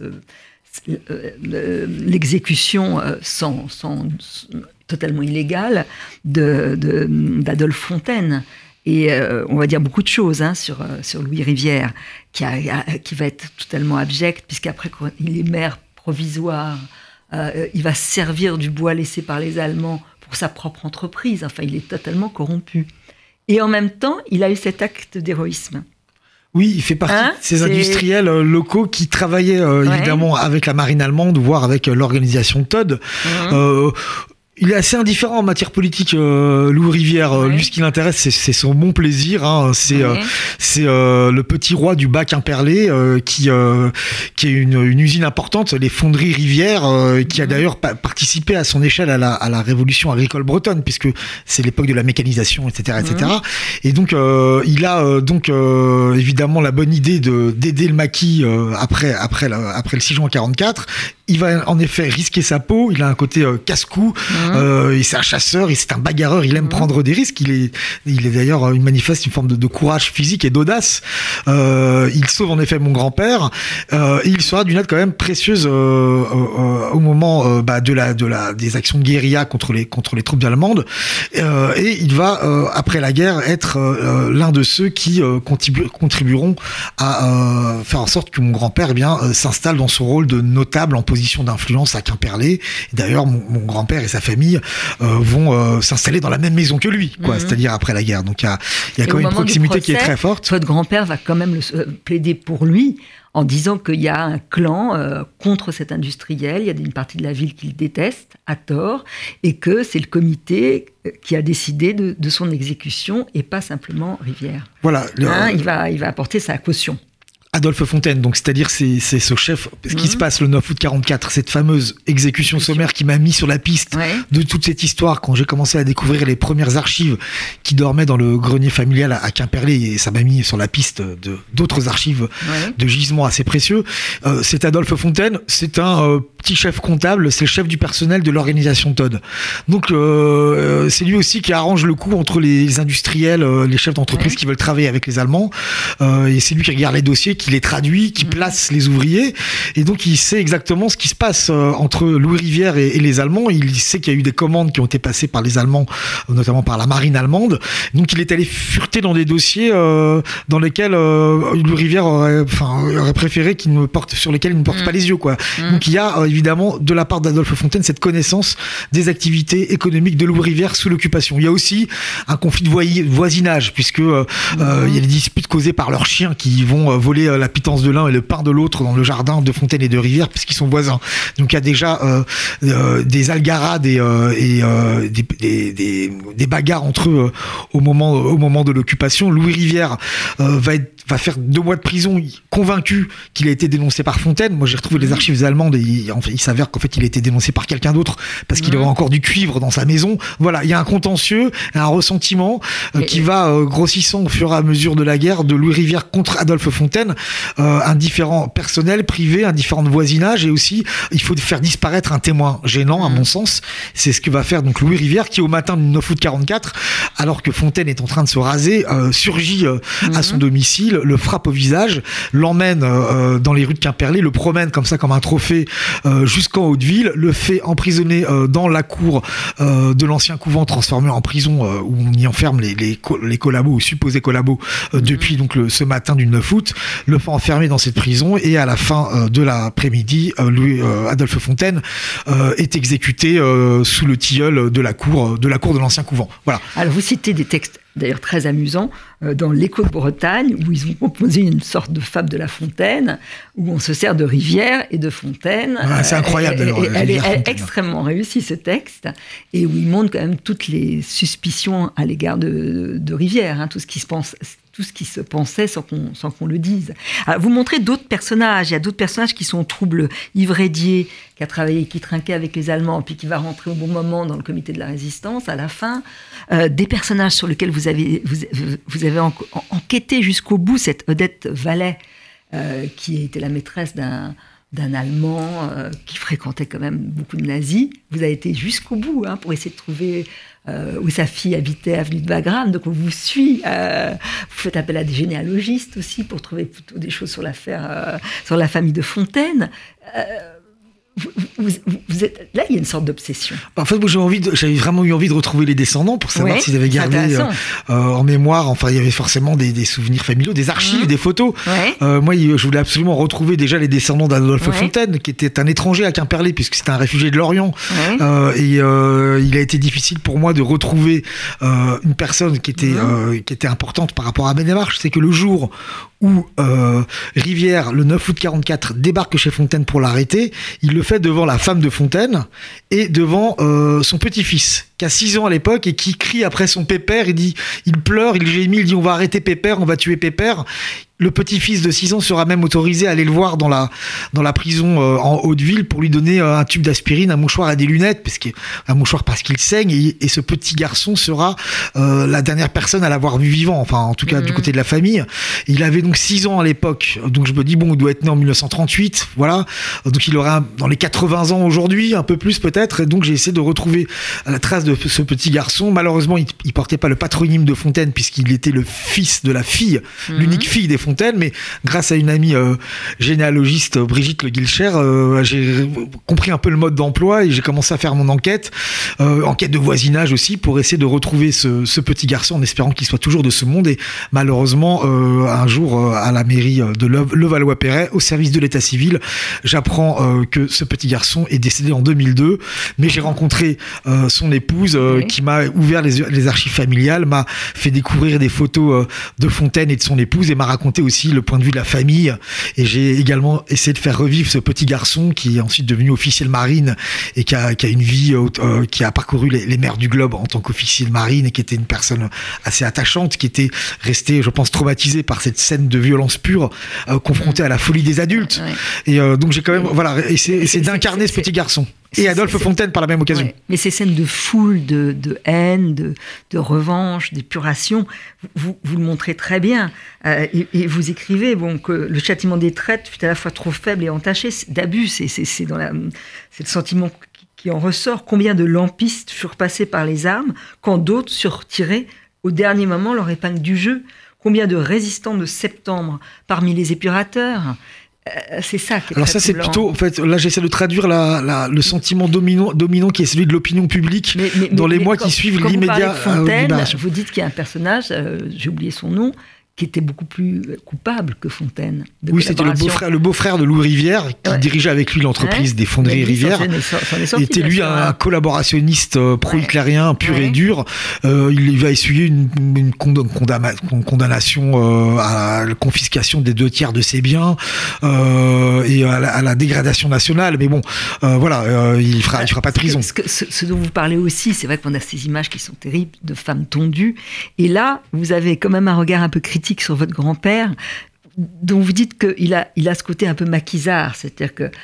l'exécution sans, sans, totalement illégale de, de, d'Adolphe Fontaine. Et euh, on va dire beaucoup de choses hein, sur, sur Louis Rivière, qui, a, qui va être totalement abject, puisqu'après, quand il est maire provisoire, euh, il va servir du bois laissé par les Allemands pour sa propre entreprise. Enfin, il est totalement corrompu. Et en même temps, il a eu cet acte d'héroïsme. Oui, il fait partie hein, de ces c'est... industriels euh, locaux qui travaillaient euh, ouais. évidemment avec la marine allemande, voire avec euh, l'organisation Todt. Mmh. Euh, Il est assez indifférent en matière politique, euh, Louis Rivière. Ouais. Lui, ce qui l'intéresse, c'est, c'est son bon plaisir. Hein. C'est, ouais. euh, c'est euh, le petit roi du bac Quimperlé, euh, qui, euh, qui est une, une usine importante, les fonderies Rivière, euh, qui a d'ailleurs pa- participé à son échelle à la, à la révolution agricole bretonne, puisque c'est l'époque de la mécanisation, et cetera, et cetera. Mmh. Et donc, euh, il a euh, donc euh, évidemment la bonne idée de d'aider le maquis euh, après après la, après le six juin quarante-quatre. Il va en effet risquer sa peau. Il a un côté euh, casse-cou. Mmh. Euh, c'est un chasseur. Et c'est un bagarreur. Il aime mmh. prendre des risques. Il est, il est d'ailleurs, il manifeste une forme de, de courage physique et d'audace. Euh, il sauve en effet mon grand-père. Euh, et il sera d'une aide quand même précieuse euh, euh, au moment euh, bah, de la, de la, des actions de guérilla contre les, contre les troupes allemandes. Euh, et il va euh, après la guerre être euh, l'un de ceux qui euh, contribu- contribueront à euh, faire en sorte que mon grand-père eh bien euh, s'installe dans son rôle de notable en position d'influence à Quimperlé. Et d'ailleurs, mon, mon grand-père et sa famille euh, vont euh, s'installer dans la même maison que lui, quoi, mmh. c'est-à-dire après la guerre. Donc il y a, y a quand même une proximité procès, qui est très forte. Votre grand-père va quand même le, euh, plaider pour lui en disant qu'il y a un clan euh, contre cet industriel, il y a une partie de la ville qu'il déteste, à tort, et que c'est le comité qui a décidé de, de son exécution et pas simplement Rivière. Voilà. Le... Hein, il va, il va apporter sa caution. Adolphe Fontaine, donc c'est-à-dire c'est, c'est ce chef, ce qui mmh. se passe le neuf août quarante-quatre, cette fameuse exécution sommaire qui m'a mis sur la piste ouais. de toute cette histoire quand j'ai commencé à découvrir les premières archives qui dormaient dans le grenier familial à, à Quimperlé, et ça m'a mis sur la piste de d'autres archives ouais. de gisements assez précieux. Euh, c'est Adolphe Fontaine, c'est un euh, petit chef comptable, c'est le chef du personnel de l'organisation Todt. Donc euh, c'est lui aussi qui arrange le coup entre les industriels, euh, les chefs d'entreprise ouais. qui veulent travailler avec les Allemands, euh, et c'est lui qui regarde les dossiers, qui les traduit, qui place les ouvriers, et donc il sait exactement ce qui se passe euh, entre Louis Rivière et, et les Allemands. Il sait qu'il y a eu des commandes qui ont été passées par les Allemands, notamment par la marine allemande. Donc il est allé fureter dans des dossiers euh, dans lesquels euh, Louis Rivière aurait, enfin, aurait préféré qu'il ne porte, sur lesquels il ne porte mmh. pas les yeux, quoi. Mmh. Donc il y a euh, évidemment de la part d'Adolphe Fontaine cette connaissance des activités économiques de Louis Rivière sous l'occupation. Il y a aussi un conflit de voisinage, puisque euh, mmh. euh, il y a des disputes causées par leurs chiens qui vont euh, voler euh, la pitance de l'un et le pain de l'autre dans le jardin de Fontaine et de Rivière, puisqu'ils sont voisins. Donc il y a déjà euh, euh, des algarades et, euh, et euh, des, des, des, des bagarres entre eux euh, au moment, au moment de l'occupation. Louis Rivière euh, va être va faire deux mois de prison, convaincu qu'il a été dénoncé par Fontaine. Moi, j'ai retrouvé les archives allemandes et en, Enfin, il s'avère qu'en fait, il a été dénoncé par quelqu'un d'autre parce qu'il Mmh. avait encore du cuivre dans sa maison. Voilà, il y a un contentieux, un ressentiment euh, Et- qui va euh, grossissant au fur et à mesure de la guerre de Louis Rivière contre Adolphe Fontaine. Euh, un différend personnel, privé, un différend de voisinage, et aussi, il faut faire disparaître un témoin gênant, à mon sens. C'est ce que va faire donc Louis Rivière, qui au matin du neuf août quarante-quatre, alors que Fontaine est en train de se raser, euh, surgit euh, à son domicile, le frappe au visage, l'emmène euh, dans les rues de Quimperlé, le promène comme ça, comme un trophée, euh, jusqu'en Haute-Ville, le fait emprisonner euh, dans la cour euh, de l'ancien couvent, transformé en prison, euh, où on y enferme les, les, co- les collabos, ou supposés collabos, euh, depuis donc le, ce matin du neuf août, le fait enfermer dans cette prison, et à la fin euh, de l'après-midi, euh, Louis, euh, Adolphe Fontaine euh, est exécuté euh, sous le tilleul de la cour de la cour de l'ancien couvent. Voilà. Alors, vous citez des textes d'ailleurs très amusants euh, dans l'Écho de Bretagne, où ils ont composé une sorte de fable de La Fontaine, où on se sert de Rivière et de Fontaine. Ouais, c'est incroyable, Et- et- d'ailleurs, et elle est Rivière, elle est Fontaine. extrêmement réussi, ce texte, et où il montre quand même toutes les suspicions à l'égard de, de Rivière, hein, tout ce qui se pense, tout ce qui se pensait sans qu'on, sans qu'on le dise. Alors, vous montrez d'autres personnages. Il y a d'autres personnages qui sont au trouble. Yves Rédier, qui a travaillé, qui trinquait avec les Allemands, puis qui va rentrer au bon moment dans le comité de la résistance à la fin. Euh, des personnages sur lesquels vous avez, vous, vous avez en, en, enquêté jusqu'au bout. Cette Odette Vallet, euh, qui était la maîtresse d'un... d'un Allemand euh, qui fréquentait quand même beaucoup de nazis. Vous avez été jusqu'au bout hein, pour essayer de trouver euh, où sa fille habitait, avenue de Wagram. Donc on vous suit. Euh, vous faites appel à des généalogistes aussi pour trouver plutôt des choses sur l'affaire, euh, sur la famille de Fontaine. Euh, vous, vous, vous êtes, là, il y a une sorte d'obsession. En fait, moi, j'ai envie de, j'avais vraiment eu envie de retrouver les descendants pour savoir Ouais, s'ils avaient c'est gardé euh, intéressant. euh, en mémoire. Enfin, il y avait forcément des, des souvenirs familiaux, des archives, Mmh. des photos. Ouais. Euh, moi, il- je voulais absolument retrouver déjà les descendants d'Adolphe Ouais. Fontaine, qui était un étranger à Quimperlé, puisque c'était un réfugié de l'Orient. Ouais. Euh, et euh, il a été difficile pour moi de retrouver euh, une personne qui était, Mmh. euh, qui était importante par rapport à ma démarche. C'est que le jour où euh, Rivière, le neuf août quarante-quatre, débarque chez Fontaine pour l'arrêter, il le fait devant la femme de Fontaine et devant euh, son petit-fils, qui a six ans à l'époque et qui crie après son pépère. Il dit, il pleure, il gémit, il dit on va arrêter Pépère, on va tuer Pépère. Le petit-fils de six ans sera même autorisé à aller le voir dans la, dans la prison euh, en Haute-Ville pour lui donner euh, un tube d'aspirine, un mouchoir et des lunettes, parce que, un mouchoir parce qu'il saigne, et, et ce petit garçon sera euh, la dernière personne à l'avoir vu vivant, enfin en tout cas Mmh. du côté de la famille. Il avait donc six ans à l'époque, donc je me dis bon, il doit être né en mille neuf cent trente-huit, voilà, donc il aurait un- dans les quatre-vingts ans aujourd'hui, un peu plus peut-être, et donc j'ai essayé de retrouver la trace de ce petit garçon. Malheureusement, il, il portait pas le patronyme de Fontaine, puisqu'il était le fils de la fille, Mmh. l'unique fille des Fontaine, mais grâce à une amie euh, généalogiste, Brigitte Le Guilcher, euh, j'ai compris un peu le mode d'emploi et j'ai commencé à faire mon enquête, euh, enquête de voisinage aussi, pour essayer de retrouver ce, ce petit garçon en espérant qu'il soit toujours de ce monde. Et malheureusement, euh, un jour, euh, à la mairie de Le- Levallois-Perret, au service de l'état civil, j'apprends euh, que ce petit garçon est décédé en deux mille deux, mais j'ai rencontré euh, son épouse euh, Oui. qui m'a ouvert les, les archives familiales, m'a fait découvrir des photos euh, de Fontaine et de son épouse, et m'a raconté aussi le point de vue de la famille. Et j'ai également essayé de faire revivre ce petit garçon qui est ensuite devenu officier de marine et qui a, qui a une vie, euh, euh, qui a parcouru les, les mers du globe en tant qu'officier de marine, et qui était une personne assez attachante, qui était restée, je pense, traumatisée par cette scène de violence pure, euh, confrontée à la folie des adultes. Ouais. Et euh, donc j'ai quand même, voilà, essayé, essayé C'est- d'incarner c'est- ce petit garçon. c'est- Et Adolphe c'est- Fontaine par la même occasion. Ouais. Mais ces scènes de foule, de, de haine, de, de revanche, d'épuration, vous, vous le montrez très bien. Euh, et, et vous écrivez bon, que le châtiment des traites fut à la fois trop faible et entaché c'est- d'abus. C'est, c'est, c'est, dans la, c'est le sentiment qui, qui en ressort. Combien de lampistes furent passés par les armes quand d'autres surent tirés au dernier moment leur épingle du jeu? Combien de résistants de septembre parmi les épurateurs? Euh, c'est ça qui est Alors très ça c'est troublant. plutôt, en fait, là j'essaie de traduire la, la, le sentiment dominant, dominant qui est celui de l'opinion publique Mais- mais- dans mais- les mais mois quand- qui suivent quand vous l'immédiat parlez de Fontaine, libération. vous dites qu'il y a un personnage, euh, j'ai oublié son nom, qui était beaucoup plus coupable que Fontaine. de Oui, c'était le collaboration. beau-frère, le beau-frère de Louis Rivière, qui Ouais. dirigeait avec lui l'entreprise Ouais. des fonderies Mais lui, Rivière. s'en est- s'en est sorti, était bien lui sûr, un hein. collaborationniste euh, pro-hitlérien pur Ouais. et dur. Euh, il va essuyer une, une condam- condamna- une condamnation euh, à la confiscation des deux tiers de ses biens euh, et à la, à la dégradation nationale. Mais bon, euh, voilà, euh, il fera, il fera pas de prison. Ce, que- ce- ce dont vous parlez aussi, c'est vrai qu'on a ces images qui sont terribles de femmes tondues. Et là, vous avez quand même un regard un peu critique sur votre grand-père. donc vous dites qu'il a, il a ce côté un peu maquisard, c'est-à-dire qu'il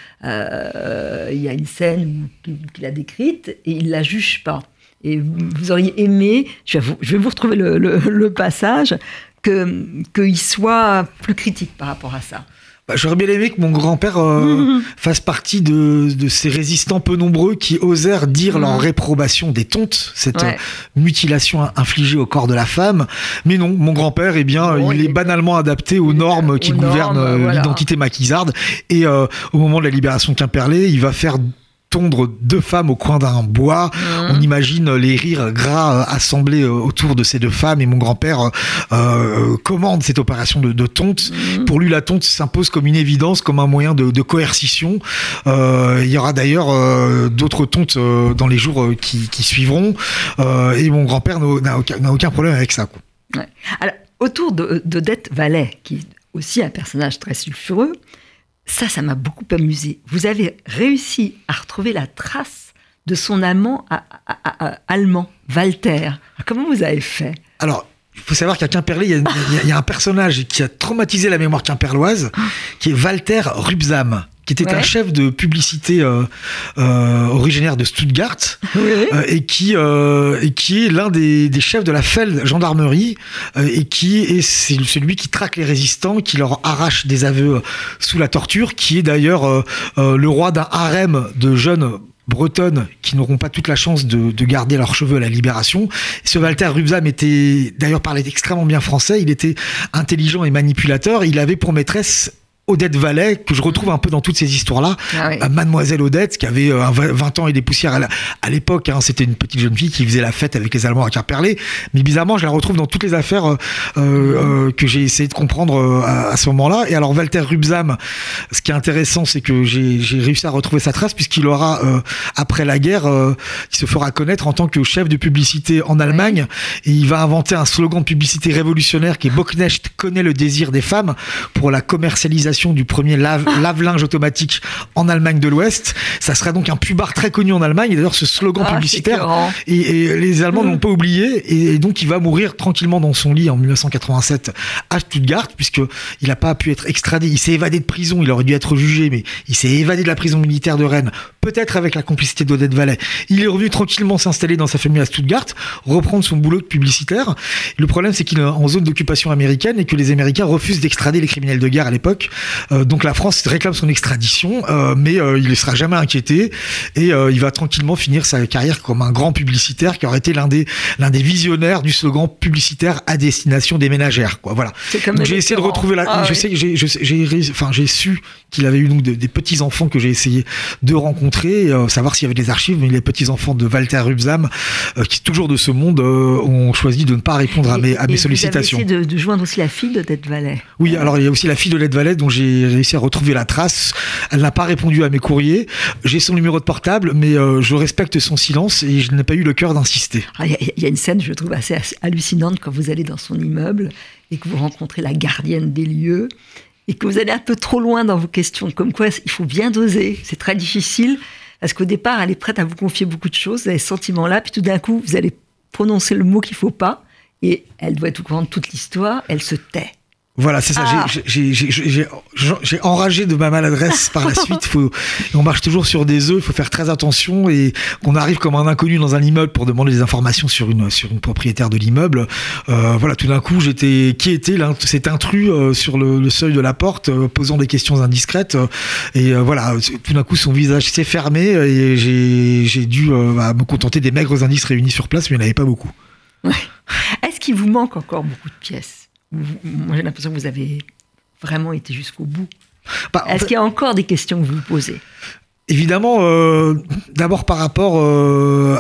euh, y a une scène où, qu'il a décrite et il ne la juge pas. Et vous auriez aimé, je vais vous, je vais vous retrouver le, le, le passage, que, qu'il soit plus critique par rapport à ça. Bah, j'aurais bien aimé que mon grand-père euh, mmh. fasse partie de, de ces résistants peu nombreux qui osèrent dire mmh. leur réprobation des tontes, cette ouais. mutilation infligée au corps de la femme. Mais non, mon grand-père, eh bien, bon, il, il est banalement adapté aux normes qui aux gouvernent normes, voilà. l'identité maquisarde. Et euh, au moment de la libération de Quimperlé, il va faire tondre deux femmes au coin d'un bois. Mmh. On imagine les rires gras assemblés autour de ces deux femmes et mon grand-père euh, commande cette opération de, de tonte. Mmh. Pour lui, la tonte s'impose comme une évidence, comme un moyen de, de coercition. Euh, il y aura d'ailleurs euh, d'autres tontes euh, dans les jours qui, qui suivront euh, et mon grand-père n'a aucun, n'a aucun problème avec ça, quoi. Ouais. Alors, autour de, d'Odette Vallet, qui est aussi un personnage très sulfureux, ça, ça m'a beaucoup amusé. Vous avez réussi à retrouver la trace de son amant à, à, à, à, allemand, Walter. Comment vous avez fait ? Alors, il faut savoir qu'à Quimperlé, il y, y, y a un personnage qui a traumatisé la mémoire quimperloise, qui est Walter Rübsam, qui était ouais. un chef de publicité euh, euh, originaire de Stuttgart, oui. euh, et, qui, euh, et qui est l'un des, des chefs de la Feld gendarmerie, euh, et qui est c'est celui qui traque les résistants, qui leur arrache des aveux sous la torture, qui est d'ailleurs euh, euh, le roi d'un harem de jeunes bretonnes qui n'auront pas toute la chance de, de garder leurs cheveux à la libération. Ce Walter Rübsam était, d'ailleurs, parlait extrêmement bien français, il était intelligent et manipulateur, il avait pour maîtresse Odette Vallet, que je retrouve un peu dans toutes ces histoires-là. Ah oui. Mademoiselle Odette, qui avait euh, vingt ans et des poussières à, la, à l'époque. Hein, c'était une petite jeune fille qui faisait la fête avec les Allemands à Quimperlé. Mais bizarrement, je la retrouve dans toutes les affaires euh, euh, que j'ai essayé de comprendre euh, à, à ce moment-là. Et alors, Walter Rübsam, ce qui est intéressant, c'est que j'ai, j'ai réussi à retrouver sa trace, puisqu'il aura, euh, après la guerre, euh, il se fera connaître en tant que chef de publicité en Allemagne. Oui. Et il va inventer un slogan de publicité révolutionnaire qui est « Boknecht connaît le désir des femmes » pour la commercialisation du premier lave, lave-linge automatique en Allemagne de l'Ouest. Ça sera donc un pubard très connu en Allemagne. Et d'ailleurs, ce slogan ah, publicitaire, et, et les Allemands mmh. n'ont pas oublié. Et, et donc, il va mourir tranquillement dans son lit en dix-neuf cent quatre-vingt-sept à Stuttgart, puisqu'il n'a pas pu être extradé. Il s'est évadé de prison. Il aurait dû être jugé, mais il s'est évadé de la prison militaire de Rennes, peut-être avec la complicité d'Odette Vallet. Il est revenu tranquillement s'installer dans sa famille à Stuttgart, reprendre son boulot de publicitaire. Le problème, c'est qu'il est en zone d'occupation américaine et que les Américains refusent d'extrader les criminels de guerre à l'époque. Euh, donc la France réclame son extradition, euh, mais euh, il ne sera jamais inquiété et euh, il va tranquillement finir sa carrière comme un grand publicitaire qui aurait été l'un des, l'un des visionnaires du slogan publicitaire à destination des ménagères, quoi. Voilà. Donc j'ai essayé de retrouver la. Ah, je oui. sais que j'ai, je, j'ai, enfin, j'ai su qu'il avait eu donc de, des petits enfants que j'ai essayé de rencontrer, euh, savoir s'il y avait des archives, mais les petits enfants de Walter Rübsam, euh, qui toujours de ce monde, euh, ont choisi de ne pas répondre et, à mes, à mes sollicitations. Vous avez essayé de, de joindre aussi la fille d'Odette Vallet. Oui, alors il y a aussi la fille d'Odette Vallet dont j'ai réussi à retrouver la trace. Elle n'a pas répondu à mes courriers. J'ai son numéro de portable, mais euh, je respecte son silence et je n'ai pas eu le cœur d'insister. Il y, y a une scène, je trouve, assez hallucinante quand vous allez dans son immeuble et que vous rencontrez la gardienne des lieux et que vous allez un peu trop loin dans vos questions. Comme quoi, il faut bien doser. C'est très difficile parce qu'au départ, elle est prête à vous confier beaucoup de choses. Vous avez ce sentiment-là, puis tout d'un coup, vous allez prononcer le mot qu'il ne faut pas et elle doit être au courant de toute l'histoire. Elle se tait. Voilà, c'est ça. Ah. J'ai, j'ai, j'ai, j'ai, j'ai, j'ai enragé de ma maladresse par la suite. Faut, on marche toujours sur des œufs. Il faut faire très attention et qu'on arrive comme un inconnu dans un immeuble pour demander des informations sur une sur une propriétaire de l'immeuble. Euh, voilà, tout d'un coup, j'étais qui était là, cet intrus euh, sur le, le seuil de la porte, euh, posant des questions indiscrètes. Euh, et euh, voilà, tout d'un coup, son visage s'est fermé et j'ai j'ai dû euh, bah, me contenter des maigres indices réunis sur place, mais il n'y en avait pas beaucoup. Ouais. Est-ce qu'il vous manque encore beaucoup de pièces ? Moi, j'ai l'impression que vous avez vraiment été jusqu'au bout. Bah, Est-ce fait, qu'il y a encore des questions que vous vous posez ? Évidemment, euh, d'abord par rapport euh,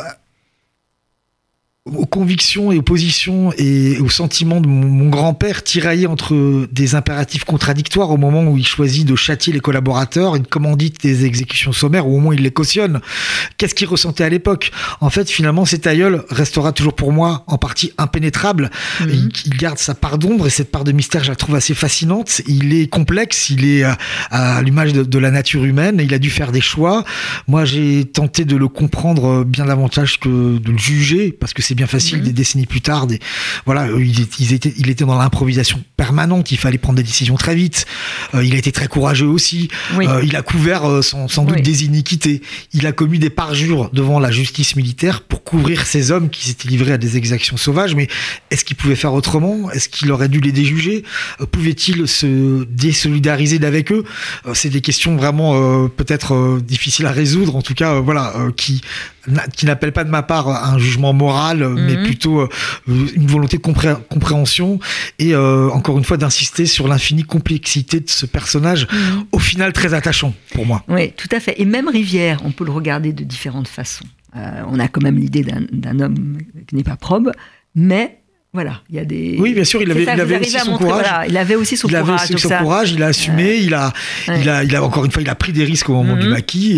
aux convictions et aux positions et aux sentiments de mon, mon grand-père tiraillé entre des impératifs contradictoires au moment où il choisit de châtier les collaborateurs, une commandite des exécutions sommaires ou au moins il les cautionne. Qu'est-ce qu'il ressentait à l'époque ? En fait, finalement, cet aïeul restera toujours pour moi en partie impénétrable. Mmh. Il, il garde sa part d'ombre et cette part de mystère, je la trouve assez fascinante. Il est complexe, il est à, à l'image de, de la nature humaine. Il a dû faire des choix. Moi, j'ai tenté de le comprendre bien davantage que de le juger parce que c'est bien bien facile, Mmh. des décennies plus tard. Des, voilà, il, il, était, il était dans l'improvisation permanente, il fallait prendre des décisions très vite. Euh, il a été très courageux aussi. Oui. Euh, il a couvert euh, sans, sans doute Oui. des iniquités. Il a commis des parjures devant la justice militaire pour couvrir ces hommes qui s'étaient livrés à des exactions sauvages. Mais est-ce qu'il pouvait faire autrement? Est-ce qu'il aurait dû les déjuger? euh, Pouvait-il se désolidariser d'avec eux? euh, C'est des questions vraiment euh, peut-être euh, difficiles à résoudre, en tout cas, euh, voilà, euh, qui, n'a- qui n'appellent pas de ma part un jugement moral, euh, mais Mhm. plutôt euh, une volonté de compré- compréhension et euh, encore une fois d'insister sur l'infinie complexité de ce personnage, Mhm. au final très attachant pour moi. Oui, tout à fait. Et même Rivière, on peut le regarder de différentes façons. Euh, on a quand même l'idée d'un, d'un homme qui n'est pas probe, mais voilà, il y a des... Oui, bien sûr, il C'est avait, ça, il vous avait arrivez aussi à son montrer, courage. voilà, il avait aussi son il avait courage. aussi donc son ça- courage, il a assumé, il a, Ouais. il a, il a encore une fois, il a pris des risques au moment Mhm. du maquis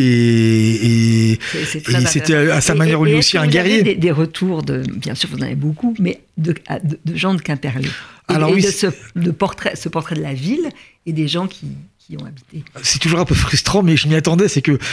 et, et, C'est, c'est et très c'était intéressant. à sa Et- manière et- lui et aussi est-ce un que vous avez guerrier. Des, des retours de, bien sûr, vous en avez beaucoup, mais de, de, de gens de Quimperlé. Et, Alors et oui, de c'est- ce, de portrait, ce portrait de la ville et des gens qui, qui ont habité. C'est toujours un peu frustrant, mais je m'y attendais. C'est que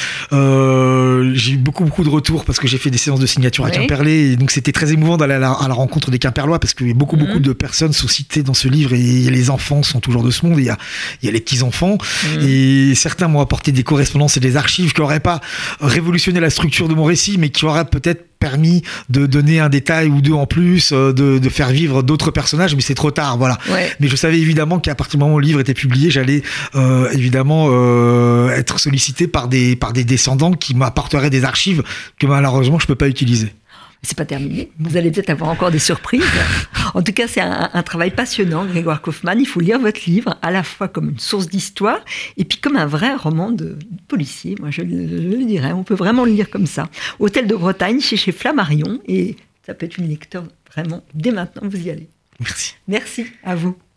euh, j'ai eu beaucoup, beaucoup de retours parce que j'ai fait des séances de signature à Oui. Quimperlé. Et donc, c'était très émouvant d'aller à la, à la rencontre des Quimperlois parce que beaucoup, Mhm. beaucoup de personnes sont citées dans ce livre et les enfants sont toujours de ce monde. Et il y a, il y a les petits-enfants. Mhm. Et certains m'ont apporté des correspondances et des archives qui n'auraient pas révolutionné la structure de mon récit, mais qui auraient peut-être permis de donner un détail ou deux en plus, euh, de, de faire vivre d'autres personnages, mais c'est trop tard, voilà. Ouais. Mais je savais évidemment qu'à partir du moment où le livre était publié, j'allais euh, évidemment euh, être sollicité par des, par des descendants qui m'apporteraient des archives que malheureusement je peux pas utiliser. C'est pas terminé. Vous allez peut-être avoir encore des surprises. En tout cas, c'est un, un travail passionnant, Grégoire Kaufmann. Il faut lire votre livre à la fois comme une source d'histoire et puis comme un vrai roman de policier. Moi, je, le- je le dirais. On peut vraiment le lire comme ça. Hôtel de Bretagne, chez, chez Flammarion. Et ça peut être une lecture vraiment, dès maintenant, vous y allez. Merci. Merci à vous.